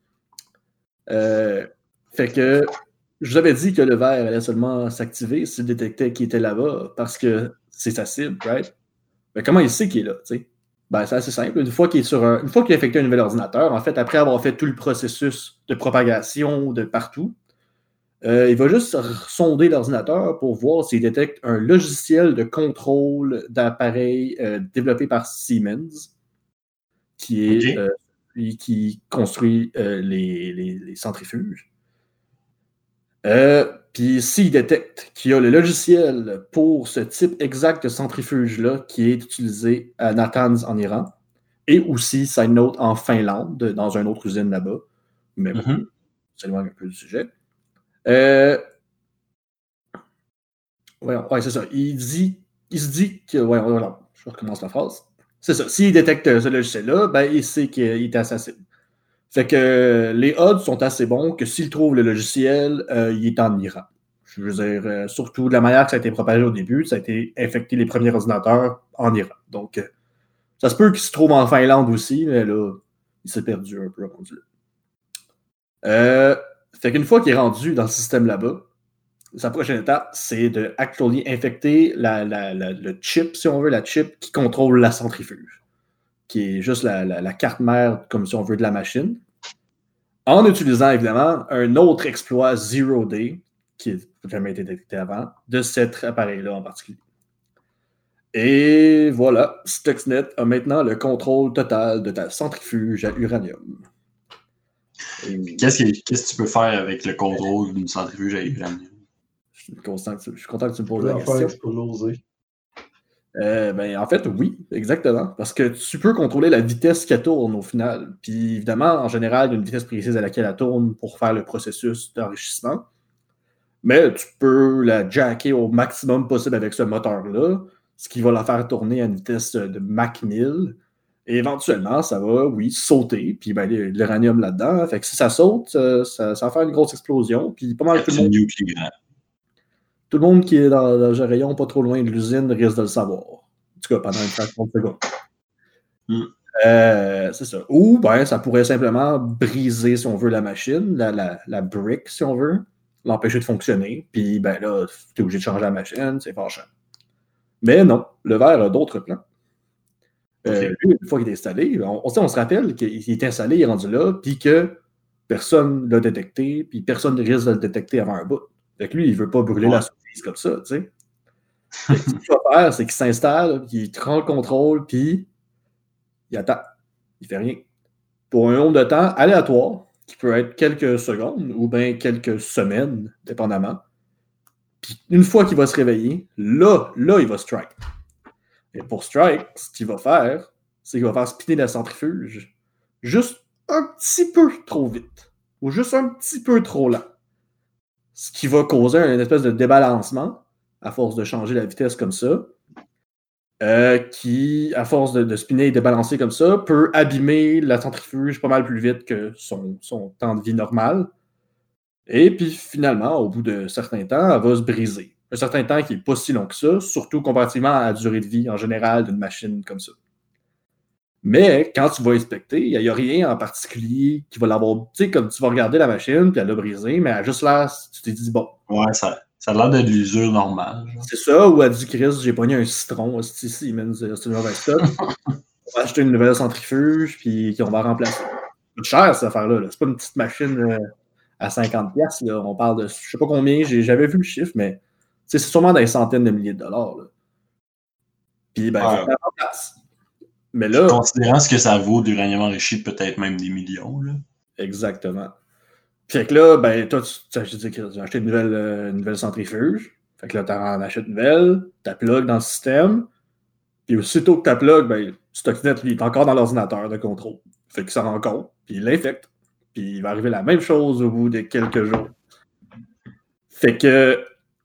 Euh, fait que je vous avais dit que le verre allait seulement s'activer s'il détectait qu'il était là-bas, parce que c'est sa cible, right? Mais comment il sait qu'il est là, tu sais? Ben, c'est assez simple. Une fois qu'il est sur un, une fois qu'il a affecté un nouvel ordinateur, en fait, après avoir fait tout le processus de propagation de partout, Euh, il va juste sonder l'ordinateur pour voir s'il détecte un logiciel de contrôle d'appareil euh, développé par Siemens, qui est okay. euh, lui qui construit euh, les, les, les centrifuges. Euh, Puis s'il détecte qu'il y a le logiciel pour ce type exact de centrifuge-là qui est utilisé à Natanz en Iran, et aussi, side note, en Finlande, dans une autre usine là-bas, mais bon, mm-hmm. ça éloigne un peu du sujet. Euh... Ouais, ouais, c'est ça. Il dit, il se dit que, ouais, voilà, je recommence la phrase. C'est ça. S'il détecte ce logiciel-là, ben, il sait qu'il est assassin. Fait que les odds sont assez bons que s'il trouve le logiciel, euh, il est en Iran. Je veux dire, euh, surtout de la manière que ça a été propagé au début, ça a été infecté les premiers ordinateurs en Iran. Donc, euh, ça se peut qu'il se trouve en Finlande aussi, mais là, il s'est perdu un peu, rendu là. Euh, fait qu'une fois qu'il est rendu dans le système là-bas, sa prochaine étape, c'est de actually infecter la, la, la, le chip, si on veut, la chip qui contrôle la centrifuge, qui est juste la, la, la carte mère, comme si on veut, de la machine, en utilisant évidemment un autre exploit zero day, qui n'a jamais été détecté avant, de cet appareil-là en particulier. Et voilà, Stuxnet a maintenant le contrôle total de ta centrifuge à uranium. Et... Qu'est-ce, que, qu'est-ce que tu peux faire avec le contrôle d'une centrifuge à uranium? Je suis content que tu, je suis content que tu me poses la question. Exploser. Euh, ben, en fait, oui, exactement. Parce que tu peux contrôler la vitesse qu'elle tourne au final. Puis évidemment, en général, il y a une vitesse précise à laquelle elle tourne pour faire le processus d'enrichissement. Mais tu peux la jacker au maximum possible avec ce moteur-là, ce qui va la faire tourner à une vitesse de Mach mille. Et éventuellement, ça va, oui, sauter. Puis ben, l'uranium là-dedans. Fait que si ça saute, ça, ça va faire une grosse explosion. Puis pas mal tout le monde. Tout le monde qui est dans, dans le rayon pas trop loin de l'usine risque de le savoir. En tout cas, pendant une fraction de seconde. Mm. Euh, c'est ça. Ou, ben, ça pourrait simplement briser, si on veut, la machine, la, la, la brick, si on veut, l'empêcher de fonctionner. Puis, ben là, tu es obligé de changer la machine, c'est fâchant. Mais non, le verre a d'autres plans. Euh, okay. Lui, une fois qu'il est installé, on, on, on se rappelle qu'il est installé, il est rendu là, puis que personne ne l'a détecté, puis personne ne risque de le détecter avant un bout. Fait que lui, il ne veut pas brûler ouais. la surprise comme ça, tu sais. Ce qu'il va faire, c'est qu'il s'installe, puis il prend le contrôle, puis il attend. Il fait rien. Pour un nombre de temps aléatoire, qui peut être quelques secondes ou bien quelques semaines, dépendamment. Puis une fois qu'il va se réveiller, là, là, il va strike. Et pour strike, ce qu'il va faire, c'est qu'il va faire spinner la centrifuge juste un petit peu trop vite. Ou juste un petit peu trop lent. Ce qui va causer une espèce de débalancement, à force de changer la vitesse comme ça, euh, qui, à force de, de spinner et de balancer comme ça, peut abîmer la centrifuge pas mal plus vite que son, son temps de vie normal. Et puis, finalement, au bout de certains temps, elle va se briser. Un certain temps qui n'est pas si long que ça, surtout comparativement à la durée de vie en général d'une machine comme ça. Mais quand tu vas inspecter, il n'y a, a rien en particulier qui va l'avoir. Tu sais, comme tu vas regarder la machine, puis elle l'a brisée, mais elle a juste l'air, tu t'es dit, bon. Ouais, ça, ça a l'air de l'usure normale. Genre. C'est ça, ou elle dit, Chris, j'ai pogné un citron, c'est ici, c'est une mauvaise stock. On va acheter une nouvelle centrifuge, puis on va remplacer. Ça coûte cher, cette affaire-là. Là. C'est pas une petite machine euh, à cinquante dollars. On parle de, je sais pas combien, j'ai, j'avais vu le chiffre, mais c'est sûrement des centaines de milliers de dollars. Là. Puis, ben, ouais. Ça remplace. Mais là, considérant ce que ça vaut d'uranium enrichi, peut-être même des millions. Là. Exactement. Fait que là, ben, toi, tu as acheté une nouvelle, euh, une nouvelle centrifuge. Fait que là, tu en achètes une nouvelle, tu la plug dans le système. Puis aussitôt que tu plug, ben, Stuxnet, lui, il est encore dans l'ordinateur de contrôle. Fait qu'il s'en rend compte, puis il l'infecte. Puis il va arriver la même chose au bout de quelques jours. Fait que.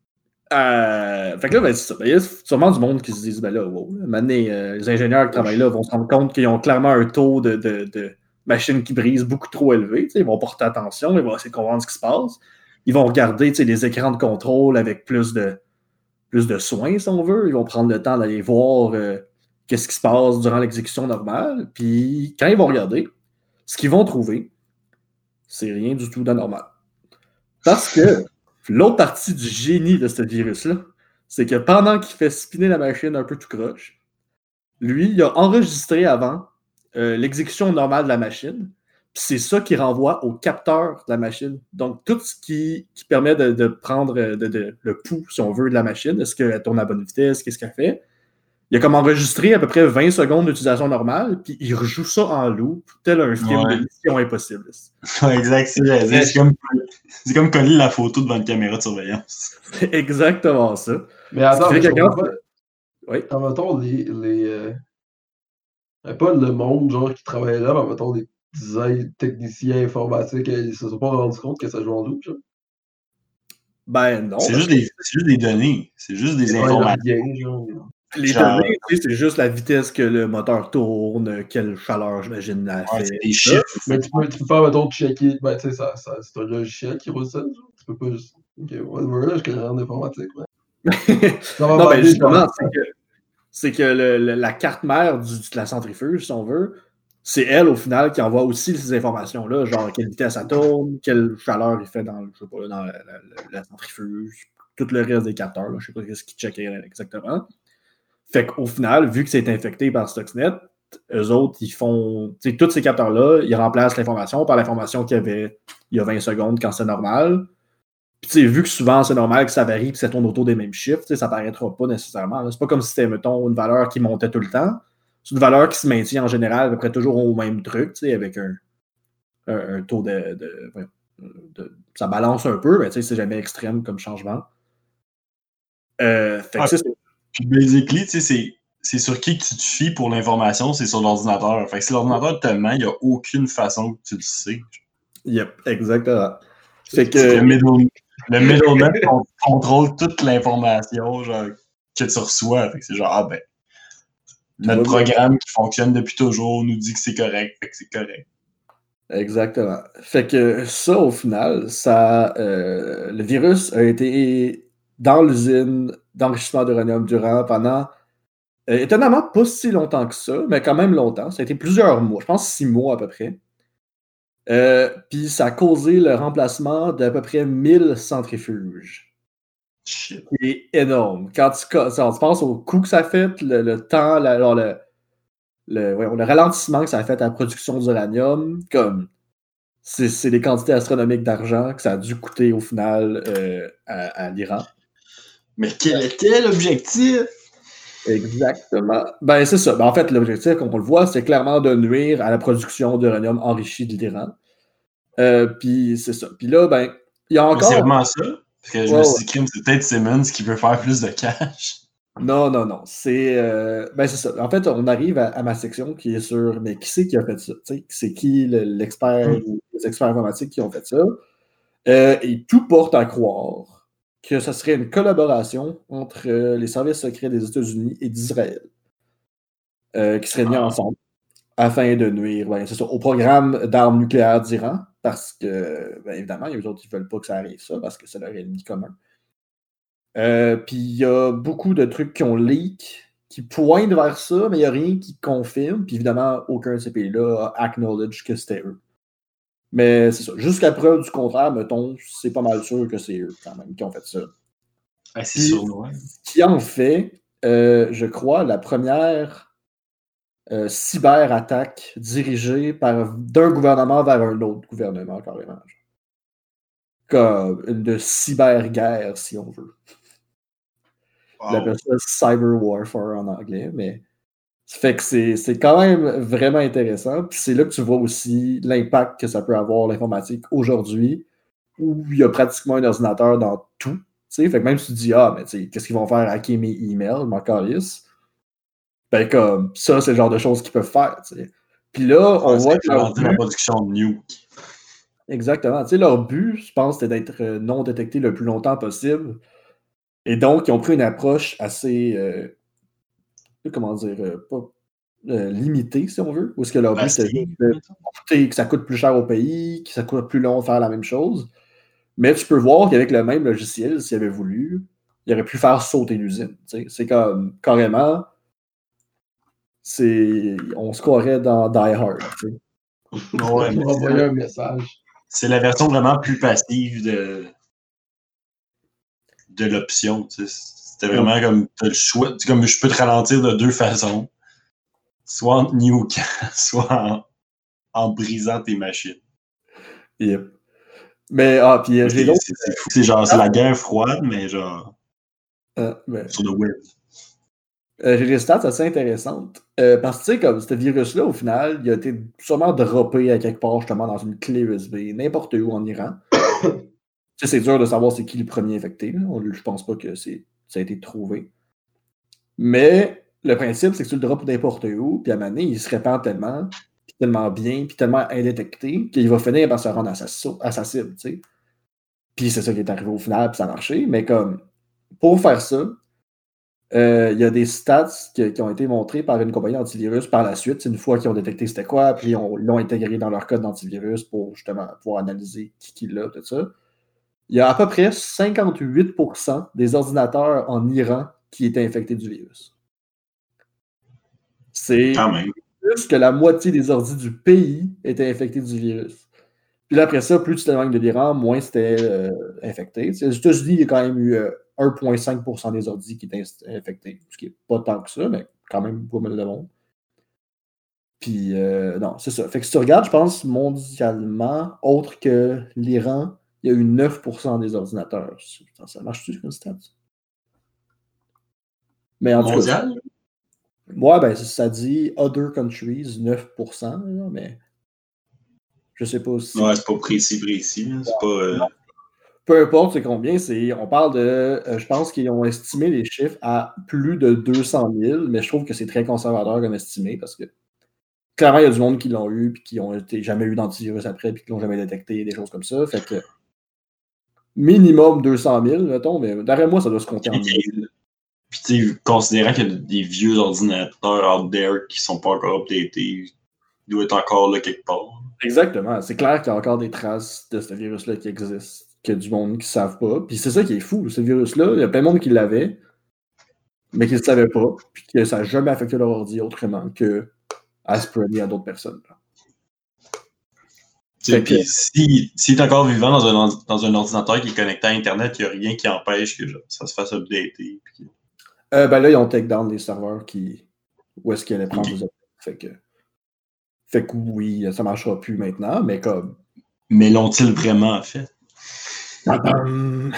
Euh, fait que là, ben, c'est ça. Ben, il y a sûrement du monde qui se disent, ben là, wow, là, maintenant, euh, les ingénieurs qui travaillent là vont se rendre compte qu'ils ont clairement un taux de, de, de machines qui brisent beaucoup trop élevé. Ils vont porter attention, ils vont essayer de comprendre ce qui se passe. Ils vont regarder les écrans de contrôle avec plus de, plus de soin, si on veut. Ils vont prendre le temps d'aller voir euh, qu'est-ce qui se passe durant l'exécution normale. Puis quand ils vont regarder, ce qu'ils vont trouver, c'est rien du tout d'anormal. Parce que l'autre partie du génie de ce virus-là, c'est que pendant qu'il fait spinner la machine un peu tout croche, lui, il a enregistré avant euh, l'exécution normale de la machine. Puis c'est ça qui renvoie au capteur de la machine. Donc, tout ce qui, qui permet de, de prendre de, de, le pouls, si on veut, de la machine, est-ce qu'elle tourne à bonne vitesse, qu'est-ce qu'elle fait? Il a comme enregistré à peu près vingt secondes d'utilisation normale, puis il rejoue ça en loop, tel un film ouais. de Mission Impossible. Ouais, exact, c'est, c'est, c'est, comme, c'est comme coller la photo devant une caméra de surveillance. C'est exactement ça. Mais attends, mais quelqu'un... pas... oui. Mettons les... les euh... pas le monde genre qui travaillait là, mais mettons des design techniciens informatiques, ils se sont pas rendus compte que ça joue en loop, genre. Ben non. C'est, juste des, c'est juste des données. C'est juste des ouais, informations. Rien, genre. Les genre... données, c'est juste la vitesse que le moteur tourne, quelle chaleur, j'imagine, la ouais, fait. C'est des chiffres. Mais tu peux, tu peux faire, mettons, checker. Ben, tu sais, ça, ça, c'est un logiciel qui roule ça, genre. Tu peux pas juste. Ok, whatever, là, je connais rien d'informatique, ouais. non, ben justement, c'est que, c'est que le, le, la carte mère du, de la centrifuge, si on veut, c'est elle, au final, qui envoie aussi ces informations-là, genre quelle vitesse ça tourne, quelle chaleur il fait dans, je sais pas, dans la, la, la centrifuge, tout le reste des capteurs, là, je sais pas ce qu'ils checkaient exactement. Fait qu'au final, vu que c'est infecté par Stuxnet, eux autres, ils font, tu sais, tous ces capteurs-là, ils remplacent l'information par l'information qu'il y avait il y a vingt secondes quand c'est normal. Puis, tu sais, vu que souvent c'est normal que ça varie et que ça tourne autour des mêmes chiffres, tu sais, ça paraîtra pas nécessairement. Là. C'est pas comme si c'était, mettons, une valeur qui montait tout le temps. C'est une valeur qui se maintient en général à peu près toujours au même truc, tu sais, avec un, un, un taux de, de, de. Ça balance un peu, mais tu sais, c'est jamais extrême comme changement. Euh, fait que ah, c'est. Puis, basically, tu sais, c'est. C'est sur qui que tu te fies pour l'information, c'est sur l'ordinateur. Fait que si l'ordinateur te ment, il n'y a aucune façon que tu le sais. Yep, exactement. Fait que... Le, middle, le middleman contrôle toute l'information genre, que tu reçois. Fait que c'est genre, ah ben, notre programme qui fonctionne depuis toujours nous dit que c'est correct, fait que c'est correct. Exactement. Fait que ça, au final, ça, euh, le virus a été dans l'usine d'enrichissement d'uranium durant pendant Euh, étonnamment, pas si longtemps que ça, mais quand même longtemps. Ça a été plusieurs mois, je pense six mois à peu près. Euh, Puis ça a causé le remplacement d'à peu près mille centrifuges. Shit. C'est énorme. Quand tu, quand tu penses au coût que ça a fait, le, le temps, la, alors le, le, ouais, le ralentissement que ça a fait à la production d'uranium, comme c'est, c'est des quantités astronomiques d'argent que ça a dû coûter au final euh, à, à l'Iran. Mais quel était l'objectif? Exactement. Ben, c'est ça. Ben, en fait, l'objectif, comme on le voit, c'est clairement de nuire à la production d'uranium enrichi de l'Iran. Euh, Puis, c'est ça. Puis là, ben, il y a encore... Mais c'est vraiment ça? Parce que je ouais, me suis dit, ouais. c'est peut-être Simmons qui veut faire plus de cash. Non, non, non. C'est... Euh... Ben, c'est ça. En fait, on arrive à, à ma section qui est sur... Mais qui c'est qui a fait ça? T'sais? C'est qui le, l'expert mm. ou les experts informatiques qui ont fait ça? Euh, et tout porte à croire que ce serait une collaboration entre euh, les services secrets des États-Unis et d'Israël euh, qui seraient mis ah. ensemble afin de nuire ben, c'est ça, au programme d'armes nucléaires d'Iran parce que, ben, évidemment, il y a eux autres qui ne veulent pas que ça arrive ça parce que c'est leur ennemi commun. Euh, Puis il y a beaucoup de trucs qui ont leak, qui pointent vers ça, mais il n'y a rien qui confirme. Puis évidemment, aucun de ces pays-là a acknowledge que c'était eux. Mais c'est ça. Jusqu'à preuve du contraire, mettons, c'est pas mal sûr que c'est eux, quand même, qui ont fait ça. Ah, c'est sûr, ouais. Qui en fait, euh, je crois, la première euh, cyber-attaque dirigée par, d'un gouvernement vers un autre gouvernement, carrément. Comme une de cyber-guerre, si on veut. Wow. On appelle ça cyber warfare en anglais, mais... Ça fait que c'est, c'est quand même vraiment intéressant. Puis c'est là que tu vois aussi l'impact que ça peut avoir l'informatique aujourd'hui, où il y a pratiquement un ordinateur dans tout. T'sais. Fait que même si tu te dis, ah, mais tu sais, qu'est-ce qu'ils vont faire hacker mes emails, ma calice? Ben comme, ça, c'est le genre de choses qu'ils peuvent faire. T'sais. Puis là, on ouais, voit que leur but... la production de nuke. Exactement. T'sais, leur but, je pense, c'était d'être non détecté le plus longtemps possible. Et donc, ils ont pris une approche assez... Euh, comment dire, euh, pas euh, limité, si on veut, ou est-ce que leur but, c'est de, que ça coûte plus cher au pays, que ça coûte plus long de faire la même chose. Mais tu peux voir qu'avec le même logiciel, s'il avait voulu, il aurait pu faire sauter l'usine. T'sais. C'est comme, carrément, c'est, on se croirait dans Die Hard. Ouais, on envoyer un message. C'est la version vraiment plus passive de, de l'option, tu sais. C'était vraiment ouais. comme, t'as le choix, comme je peux te ralentir de deux façons. Soit en nuke, soit en, en brisant tes machines. Yep. Mais, ah, puis j'ai l'autre... C'est, c'est fou. C'est genre, c'est la guerre froide, mais genre... Euh, mais... Sur le web. Euh, j'ai des stats assez intéressantes. Euh, parce que, tu sais, comme ce virus-là, au final, il a été sûrement droppé à quelque part, justement, dans une clé U S B, n'importe où en Iran. Tu sais, c'est dur de savoir c'est qui le premier infecté. Là. Je pense pas que c'est, ça a été trouvé. Mais le principe, c'est que tu le drops n'importe où, puis à un moment donné, il se répand tellement, puis tellement bien, puis tellement indétecté, qu'il va finir par se rendre à sa, à sa cible, tu sais. Puis c'est ça qui est arrivé au final, puis ça a marché. Mais comme, pour faire ça, il euh, y a des stats qui, qui ont été montrés par une compagnie antivirus par la suite, une fois qu'ils ont détecté c'était quoi, puis on l'ont intégré dans leur code d'antivirus pour justement pouvoir analyser qui, qui l'a, tout ça. Il y a à peu près cinquante-huit pour cent des ordinateurs en Iran qui étaient infectés du virus. C'est plus que la moitié des ordis du pays étaient infectés du virus. Puis là, après ça, plus tu t'éloignes de l'Iran, moins c'était euh, infecté. Aux États-Unis, il y a quand même eu euh, un virgule cinq pour cent des ordis qui étaient infectés, ce qui n'est pas tant que ça, mais quand même pas mal de monde. Puis, euh, non, c'est ça. Fait que si tu regardes, je pense, mondialement, autre que l'Iran, il y a eu neuf pour cent des ordinateurs. Ça marche-tu comme stat? Mais en Mondial? tout cas, ouais, ben, ça dit Other Countries, neuf pour cent, là, mais je sais pas si... Ouais, c'est pas précis, précis. C'est pas... Euh... Peu importe c'est combien, c'est, on parle de... Euh, je pense qu'ils ont estimé les chiffres à plus de deux cent mille, mais je trouve que c'est très conservateur comme estimé, parce que clairement, il y a du monde qui l'ont eu, puis qui ont été, jamais eu d'antivirus après, puis qui l'ont jamais détecté, des choses comme ça. Fait que minimum deux cent mille, mettons, mais derrière moi, ça doit se compter en mille. Puis, tu sais, considérant qu'il y a des vieux ordinateurs out there qui sont pas encore updatés, ils doivent être encore là quelque part. Exactement. C'est clair qu'il y a encore des traces de ce virus-là qui existent, qu'il y a du monde qui ne savent pas. Puis c'est ça qui est fou, ce virus-là. Il y a plein de monde qui l'avait, mais qui ne le savait pas, puis que ça n'a jamais affecté leur ordi autrement que à spreader à d'autres personnes. Puis que... s'il si est encore vivant dans un, dans un ordinateur qui est connecté à Internet, il n'y a rien qui empêche que genre, ça se fasse updater. Puis... Euh, ben là, ils ont take down les serveurs qui... où est-ce qu'ils allaient prendre okay. les updates. Fait que... fait que oui, ça ne marchera plus maintenant, mais comme... Mais l'ont-ils vraiment fait? non,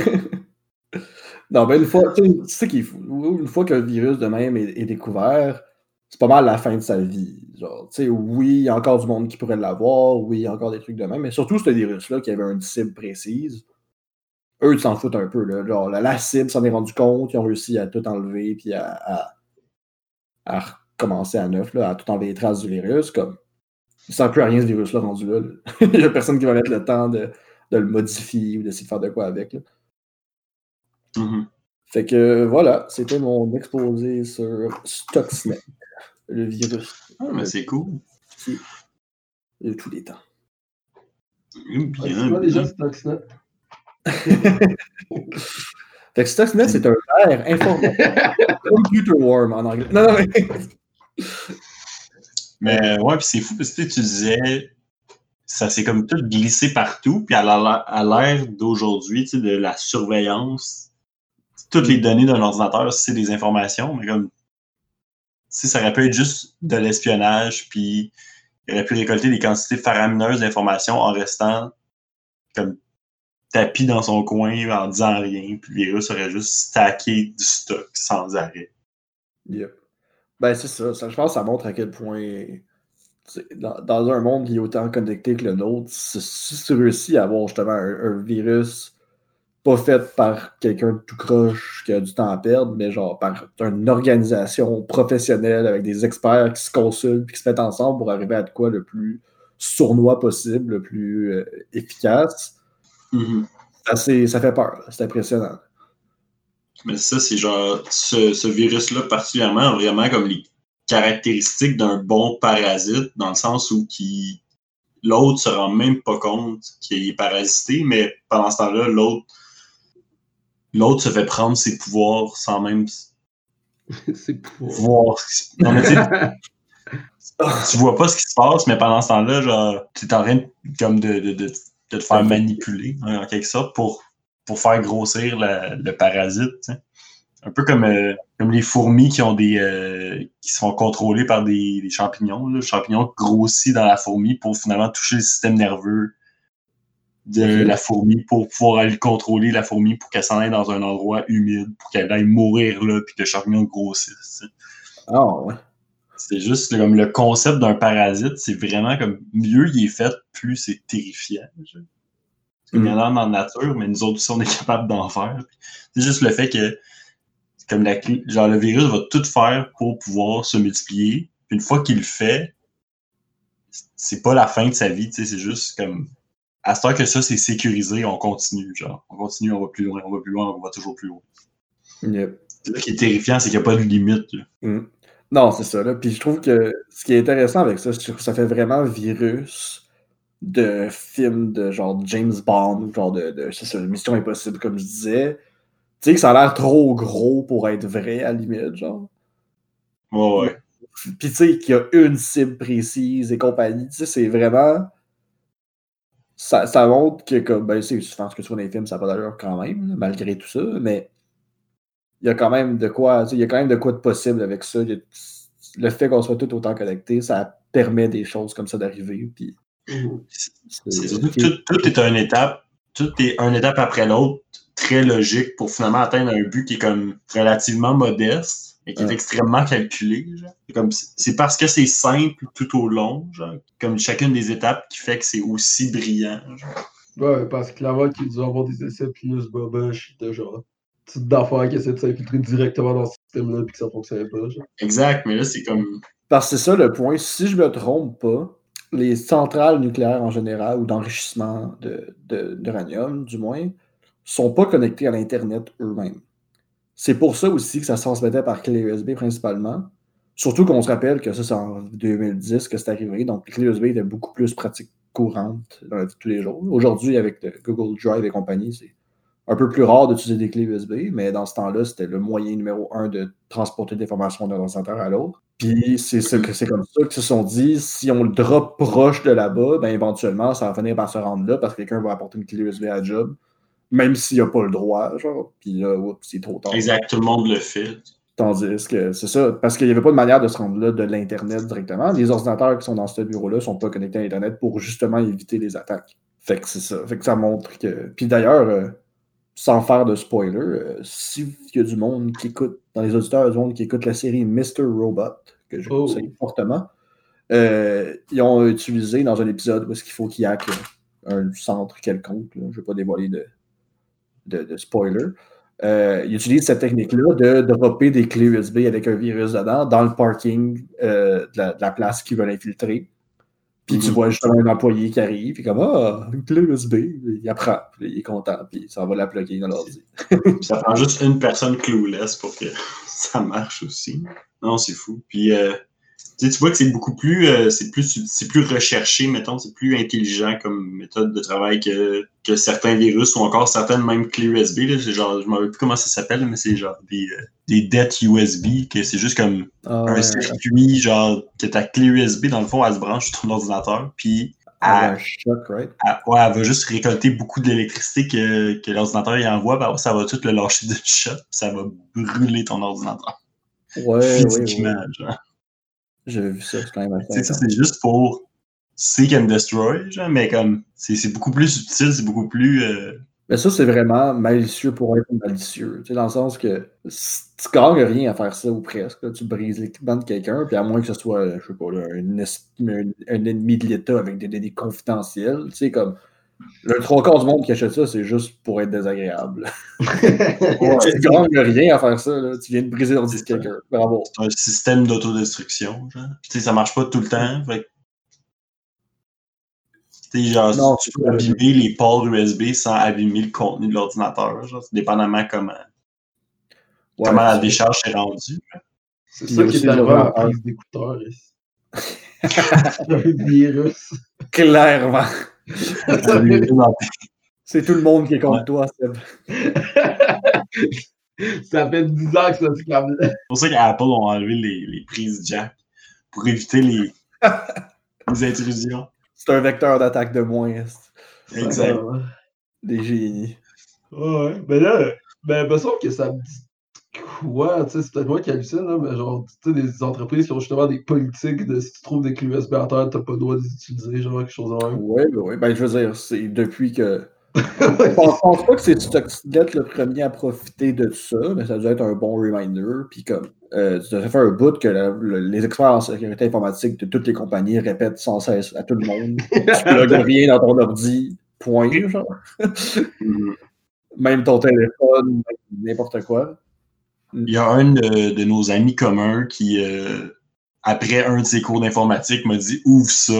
ben une fois... C'est ça qui est fou. Une fois que le virus de même est, est découvert, c'est pas mal la fin de sa vie. Genre, tu sais, oui, il y a encore du monde qui pourrait l'avoir, oui, il y a encore des trucs de même, mais surtout ce virus-là qui avait une cible précise, eux, ils s'en foutent un peu. Là. Genre, la, la cible s'en est rendu compte, ils ont réussi à tout enlever, puis à, à, à recommencer à neuf, là, à tout enlever les traces du virus. Comme, il ne sent plus à rien ce virus-là rendu là. là. Il n'y a personne qui va mettre le temps de, de le modifier ou d'essayer de faire de quoi avec. Là. Mm-hmm. Fait que voilà, c'était mon exposé sur Stuxnet. Le virus. Ah, mais c'est cool. De tous les temps. Bien, c'est quoi déjà Stuxnet? Fait que Stuxnet, c'est un verre informatique. Computer worm en anglais. Non, non, mais. Mais ouais, puis c'est fou parce que tu disais, ça s'est comme tout glissé partout, puis à l'ère d'aujourd'hui, tu sais, de la surveillance, toutes les données d'un ordinateur, c'est des informations, mais comme. Si ça aurait pu être juste de l'espionnage, puis il aurait pu récolter des quantités faramineuses d'informations en restant comme tapis dans son coin en disant rien, puis le virus aurait juste stacké du stock sans arrêt. Yep. Ben c'est ça, ça. Je pense que ça montre à quel point dans, dans un monde qui est autant connecté que le nôtre, si tu réussis à avoir justement un, un virus pas fait par quelqu'un de tout croche qui a du temps à perdre, mais genre par une organisation professionnelle avec des experts qui se consultent et qui se mettent ensemble pour arriver à de quoi le plus sournois possible, le plus euh, efficace. Mm-hmm. Ça, c'est, ça fait peur, c'est impressionnant. Mais ça, c'est genre, ce, ce virus-là particulièrement a vraiment comme les caractéristiques d'un bon parasite, dans le sens où qui, l'autre se rend même pas compte qu'il est parasité, mais pendant ce temps-là, l'autre L'autre se fait prendre ses pouvoirs sans même ses pouvoirs. voir ce qui se passe. Non, mais tu vois pas ce qui se passe, mais pendant ce temps-là, genre, tu es en train de, comme de, de, de, de te faire manipuler, hein, en quelque sorte, pour, pour faire grossir la, le parasite. T'sais. Un peu comme, euh, comme les fourmis qui ont des euh, qui sont contrôlées par des, des champignons. Là. Le champignon grossit dans la fourmi pour finalement toucher le système nerveux de okay. la fourmi pour pouvoir aller contrôler la fourmi pour qu'elle s'en aille dans un endroit humide, pour qu'elle aille mourir là, puis que le champignon grossisse. Ah oh, ouais. C'est juste comme le concept d'un parasite, c'est vraiment comme mieux il est fait, plus c'est terrifiant. Genre. C'est mm. il y en a dans la nature, mais nous autres aussi on est capable d'en faire. C'est juste le fait que comme la genre le virus va tout faire pour pouvoir se multiplier. Puis une fois qu'il le fait, c'est pas la fin de sa vie, tu sais, c'est juste comme à ce temps que ça c'est sécurisé, on continue, genre on continue, on va plus loin, on va plus loin, on va toujours plus loin. Yep. C'est ça qui est terrifiant, c'est qu'il n'y a pas de limite. Mm. Non, c'est ça là. Puis je trouve que ce qui est intéressant avec ça, c'est que ça fait vraiment virus de film de genre James Bond, genre de, de c'est ça, Mission Impossible comme je disais. Tu sais que ça a l'air trop gros pour être vrai, à la limite, genre. Ouais, ouais. Puis tu sais qu'il y a une cible précise et compagnie. Tu sais, c'est vraiment... Ça, ça montre que, comme, ben, tu sais, je pense que sur les films, ça n'a pas d'allure quand même, là, malgré tout ça, mais il y a quand même de quoi... Tu sais, il y a quand même de quoi de possible avec ça. A, le fait qu'on soit tout autant connectés, ça permet des choses comme ça d'arriver, puis... C'est, c'est, tout, tout, tout est une étape, tout est une étape après l'autre, très logique pour finalement atteindre un but qui est comme relativement modeste et qui ouais. est extrêmement calculé. Genre. C'est, comme, c'est parce que c'est simple tout au long, genre, comme chacune des étapes qui fait que c'est aussi brillant. Genre. Ouais, parce que clairement qu'il doit avoir des essais plus boboches de genre petites d'affaires qui essaient de s'infiltrer directement dans ce système-là et que ça ne fonctionnait pas. Genre. Exact, mais là c'est comme. Parce que c'est ça le point. Si je me trompe pas, les centrales nucléaires en général ou d'enrichissement de, de, d'uranium, du moins, sont pas connectés à l'Internet eux-mêmes. C'est pour ça aussi que ça se transmettait par clé U S B principalement. Surtout qu'on se rappelle que ça, c'est en deux mille dix que c'est arrivé. Donc, les clés U S B étaient beaucoup plus pratiques courantes dans la vie de tous les jours. Aujourd'hui, avec le Google Drive et compagnie, c'est un peu plus rare d'utiliser des clés U S B, mais dans ce temps-là, c'était le moyen numéro un de transporter des informations d'un ordinateur à l'autre. Puis, c'est, ça que, c'est comme ça qu'ils se sont dit, si on le drop proche de là-bas, ben éventuellement, ça va finir par se rendre là parce que quelqu'un va apporter une clé U S B à la job. Même s'il n'y a pas le droit, genre, puis là, oups, c'est trop tard. Exact, tout le monde le fait. Tandis que c'est ça, parce qu'il n'y avait pas de manière de se rendre là de l'Internet directement. Les ordinateurs qui sont dans ce bureau-là ne sont pas connectés à l'Internet pour justement éviter les attaques. Fait que c'est ça. Fait que ça montre que... Puis d'ailleurs, euh, sans faire de spoiler, euh, s'il y a du monde qui écoute, dans les auditeurs, du monde qui écoute la série mister Robot, que je conseille oh. fortement, euh, ils ont utilisé dans un épisode où est-ce qu'il faut qu'il hack un centre quelconque, là, je ne vais pas dévoiler de... De, de spoiler, euh, ils utilisent cette technique-là de dropper des clés U S B avec un virus dedans dans le parking euh, de, la, de la place qu'ils veulent infiltrer. Puis mm-hmm. tu vois justement un employé qui arrive, puis comme « Ah, une clé U S B », il apprend, puis il est content, puis ça va la plugger dans l'ordi. Ça prend juste une personne clueless pour que ça marche aussi. Non, c'est fou. Puis euh, tu vois que c'est beaucoup plus, euh, c'est plus, c'est plus recherché, mettons, c'est plus intelligent comme méthode de travail que, que certains virus ou encore certaines même clés U S B. Là, c'est genre, je ne me rappelle plus comment ça s'appelle, mais c'est genre des, euh, des dettes U S B, que c'est juste comme oh, un ouais, circuit, ouais. genre, que ta clé U S B, dans le fond, elle se branche sur ton ordinateur, puis elle, ouais, choc, right? elle, ouais, elle va juste récolter beaucoup de l'électricité que, que l'ordinateur y envoie, ben, ça va tout le lâcher d'une shot, puis ça va brûler ton ordinateur. Ouais, physiquement, ouais, ouais. genre. J'avais vu ça, c'est quand même assez. C'est ça, c'est juste pour seek and destroy, genre, mais comme c'est, c'est beaucoup plus subtil, c'est beaucoup plus. Euh... Mais ça, c'est vraiment malicieux pour être malicieux. Tu sais, dans le sens que tu gagnes rien à faire ça ou presque. Là, tu brises l'équipement de quelqu'un, puis à moins que ce soit, je sais pas, là, un, un, un ennemi de l'État avec des données confidentielles. Tu sais, comme le trois quarts du monde qui achète ça, c'est juste pour être désagréable. Ouais, tu gagnes rien à faire ça. Là. Tu viens de briser l'ordi de quelqu'un. Bravo. C'est un système d'autodestruction. Genre. Puis, tu sais, ça marche pas tout le temps. Fait que, genre, non, tu peux abîmer les ports U S B sans abîmer le contenu de l'ordinateur. Genre, dépendamment comment, ouais, comment la décharge est rendue. C'est ça qui est arrivé à la prise d'écouteurs. C'est un virus. Clairement. C'est tout le monde qui est contre ouais. toi, Seb. Ça fait dix ans que ça se câble. C'est pour ça qu'Apple ont enlevé les, les prises jack pour éviter les, les intrusions. C'est un vecteur d'attaque de moins. Exact. Des génies. Ouais, mais là, ben, il me semble que ça me dit quoi, tu sais, c'est peut-être moi qui hallucine, là, mais genre, tu sais, des entreprises qui ont justement des politiques de si tu trouves des clés U S B à terre, t'as pas le droit de les utiliser, genre, quelque chose de même. Oui, oui, ben je veux dire, c'est depuis que. Je pense, pense pas que c'est Stuxnet le premier à profiter de ça, mais ça doit être un bon reminder. Puis comme, euh, ça fait un bout que la, le, les experts en sécurité informatique de toutes les compagnies répètent sans cesse à tout le monde. Tu plugues rien dans ton ordi, point, genre. Même ton téléphone, n'importe quoi. Il y a un de, de nos amis communs qui, euh, après un de ses cours d'informatique, m'a dit « Ouvre ça ».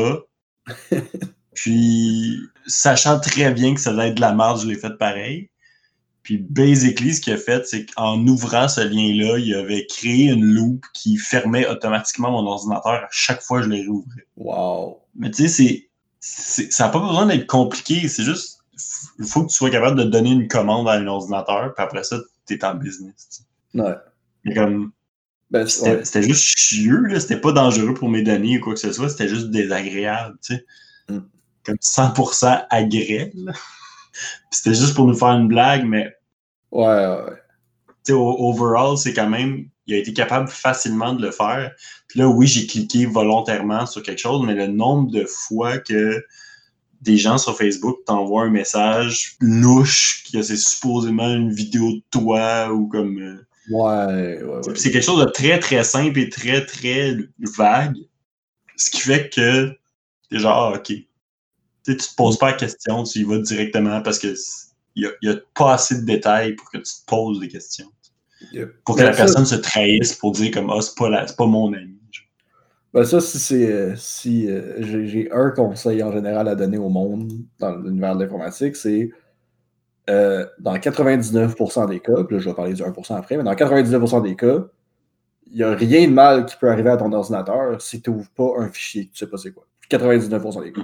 Puis, sachant très bien que ça allait être de la merde, je l'ai fait pareil. Puis, basically, ce qu'il a fait, c'est qu'en ouvrant ce lien-là, il avait créé une loupe qui fermait automatiquement mon ordinateur à chaque fois que je le réouvrais. Wow! Mais tu sais, c'est, c'est, ça n'a pas besoin d'être compliqué. C'est juste, il faut que tu sois capable de donner une commande à un ordinateur, puis après ça, t'es en business. T'sais. Ouais. Mais comme... Ben, c'était, ouais. c'était juste chieux, là. C'était pas dangereux pour mes données ou quoi que ce soit. C'était juste désagréable, tu sais. Mm. Comme cent pour cent agrèle. C'était juste pour nous faire une blague, mais... Ouais, ouais. Tu sais, overall, c'est quand même... Il a été capable facilement de le faire. Puis là, oui, j'ai cliqué volontairement sur quelque chose, mais le nombre de fois que des gens sur Facebook t'envoient un message louche, que c'est supposément une vidéo de toi ou comme... Euh, ouais, ouais, ouais. C'est quelque chose de très, très simple et très, très vague. Ce qui fait que t'es genre, ah, OK. Tu te poses pas la question, tu y vas directement parce que il y, y a pas assez de détails pour que tu te poses des questions. Yep. Pour que ben la ça, personne se trahisse pour dire comme ah, c'est pas, la, c'est pas mon ami. Ben ça, si c'est euh, si euh, j'ai, j'ai un conseil en général à donner au monde dans l'univers de l'informatique, c'est euh, dans quatre-vingt-dix-neuf pour cent des cas, puis là je vais parler du un pour cent après, mais dans quatre-vingt-dix-neuf pour cent des cas, il n'y a rien de mal qui peut arriver à ton ordinateur si tu n'ouvres pas un fichier que tu sais pas c'est quoi. quatre-vingt-dix-neuf pour cent des cas.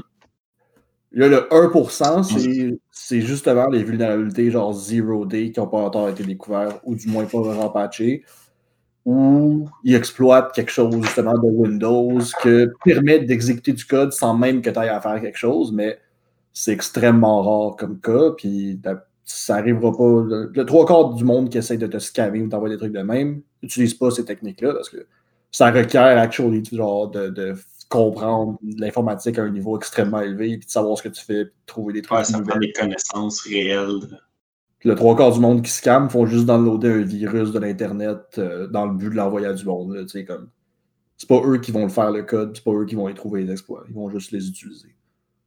Là, le un pour cent, c'est, c'est justement les vulnérabilités genre zero day qui n'ont pas encore été découvertes, ou du moins pas vraiment patchées, ou ils exploitent quelque chose justement de Windows qui permet d'exécuter du code sans même que tu ailles à faire quelque chose, mais c'est extrêmement rare comme cas, puis ça n'arrivera pas. Le, le trois quarts du monde qui essaie de te scammer ou t'envoyer des trucs de même n'utilise pas ces techniques-là parce que ça requiert actually genre de, de comprendre l'informatique à un niveau extrêmement élevé, puis de savoir ce que tu fais, puis de trouver des trucs. Ouais, ça prend des connaissances réelles. Le trois quarts du monde qui scam font juste downloader un virus de l'Internet euh, dans le but de l'envoyer à du monde. Là, comme... C'est pas eux qui vont le faire le code, c'est pas eux qui vont y trouver les exploits. Ils vont juste les utiliser.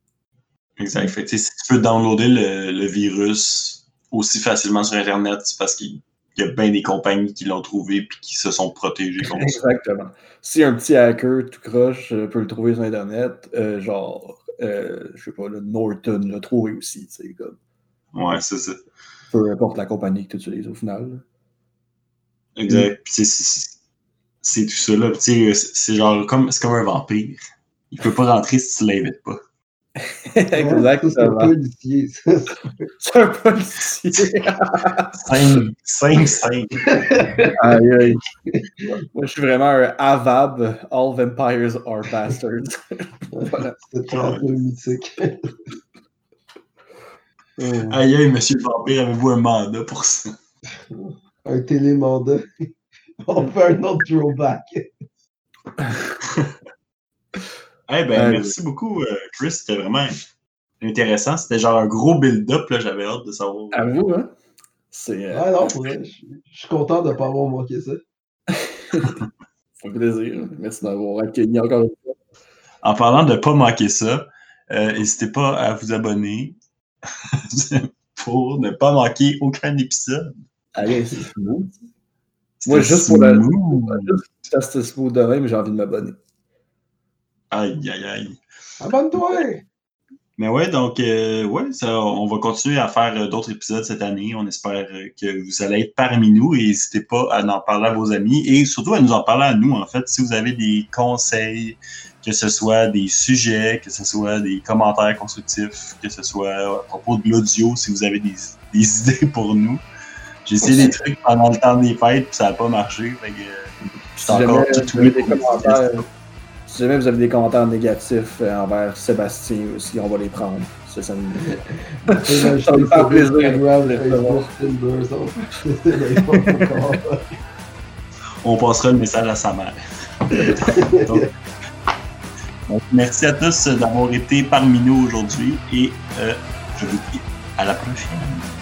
Exact. Fait, si tu peux downloader le, le virus aussi facilement sur Internet, c'est parce qu'il y a bien des compagnies qui l'ont trouvé et qui se sont protégées contre ça. Exactement. Si un petit hacker tout croche euh, peut le trouver sur Internet, euh, genre, euh, je sais pas, le Norton l'a trouvé aussi. Comme... Ouais, c'est ça. Peu importe la compagnie que tu utilises au final. Exact. Mm. C'est, c'est, c'est tout ça. Là. C'est, c'est genre comme, c'est comme un vampire. Il peut pas rentrer si tu l'invites pas. Exactement. C'est un policier. C'est un policier. cinq cinq Aïe, aïe. Moi, je suis vraiment un avab. All vampires are bastards. Voilà, c'était un peu mythique. Aïe, aïe, monsieur le vampire, avez-vous un mandat pour ça? Un télémandat. On fait un autre throwback. Eh hey, ben, euh, merci beaucoup, euh, Chris. C'était vraiment intéressant. C'était genre un gros build-up. Là. J'avais hâte de savoir. À vous, hein? C'est, euh... Ah non, pour vrai, je suis content de ne pas avoir manqué ça. Ça fait plaisir. Merci d'avoir accueilli encore une fois. En parlant de ne pas manquer ça, euh, n'hésitez pas à vous abonner pour ne pas manquer aucun épisode. Allez, c'est smooth. Moi, juste pour, la... juste pour tester smooth de même, j'ai envie de m'abonner. Aïe, aïe, aïe. Abonne-toi! Mais ouais, donc, euh, ouais, ça, on va continuer à faire d'autres épisodes cette année. On espère que vous allez être parmi nous et n'hésitez pas à en parler à vos amis et surtout à nous en parler à nous, en fait. Si vous avez des conseils, que ce soit des sujets, que ce soit des commentaires constructifs, que ce soit à propos de l'audio, si vous avez des, des idées pour nous. J'ai essayé des trucs pendant le temps des fêtes puis ça n'a pas marché. Fait que, si encore tout des commentaires. Si jamais vous avez des commentaires négatifs envers Sébastien aussi, on va les prendre. Ça, ça me ça me fait plaisir. On passera le message à sa mère. donc, donc, merci à tous d'avoir été parmi nous aujourd'hui et euh, je vous dis à la prochaine.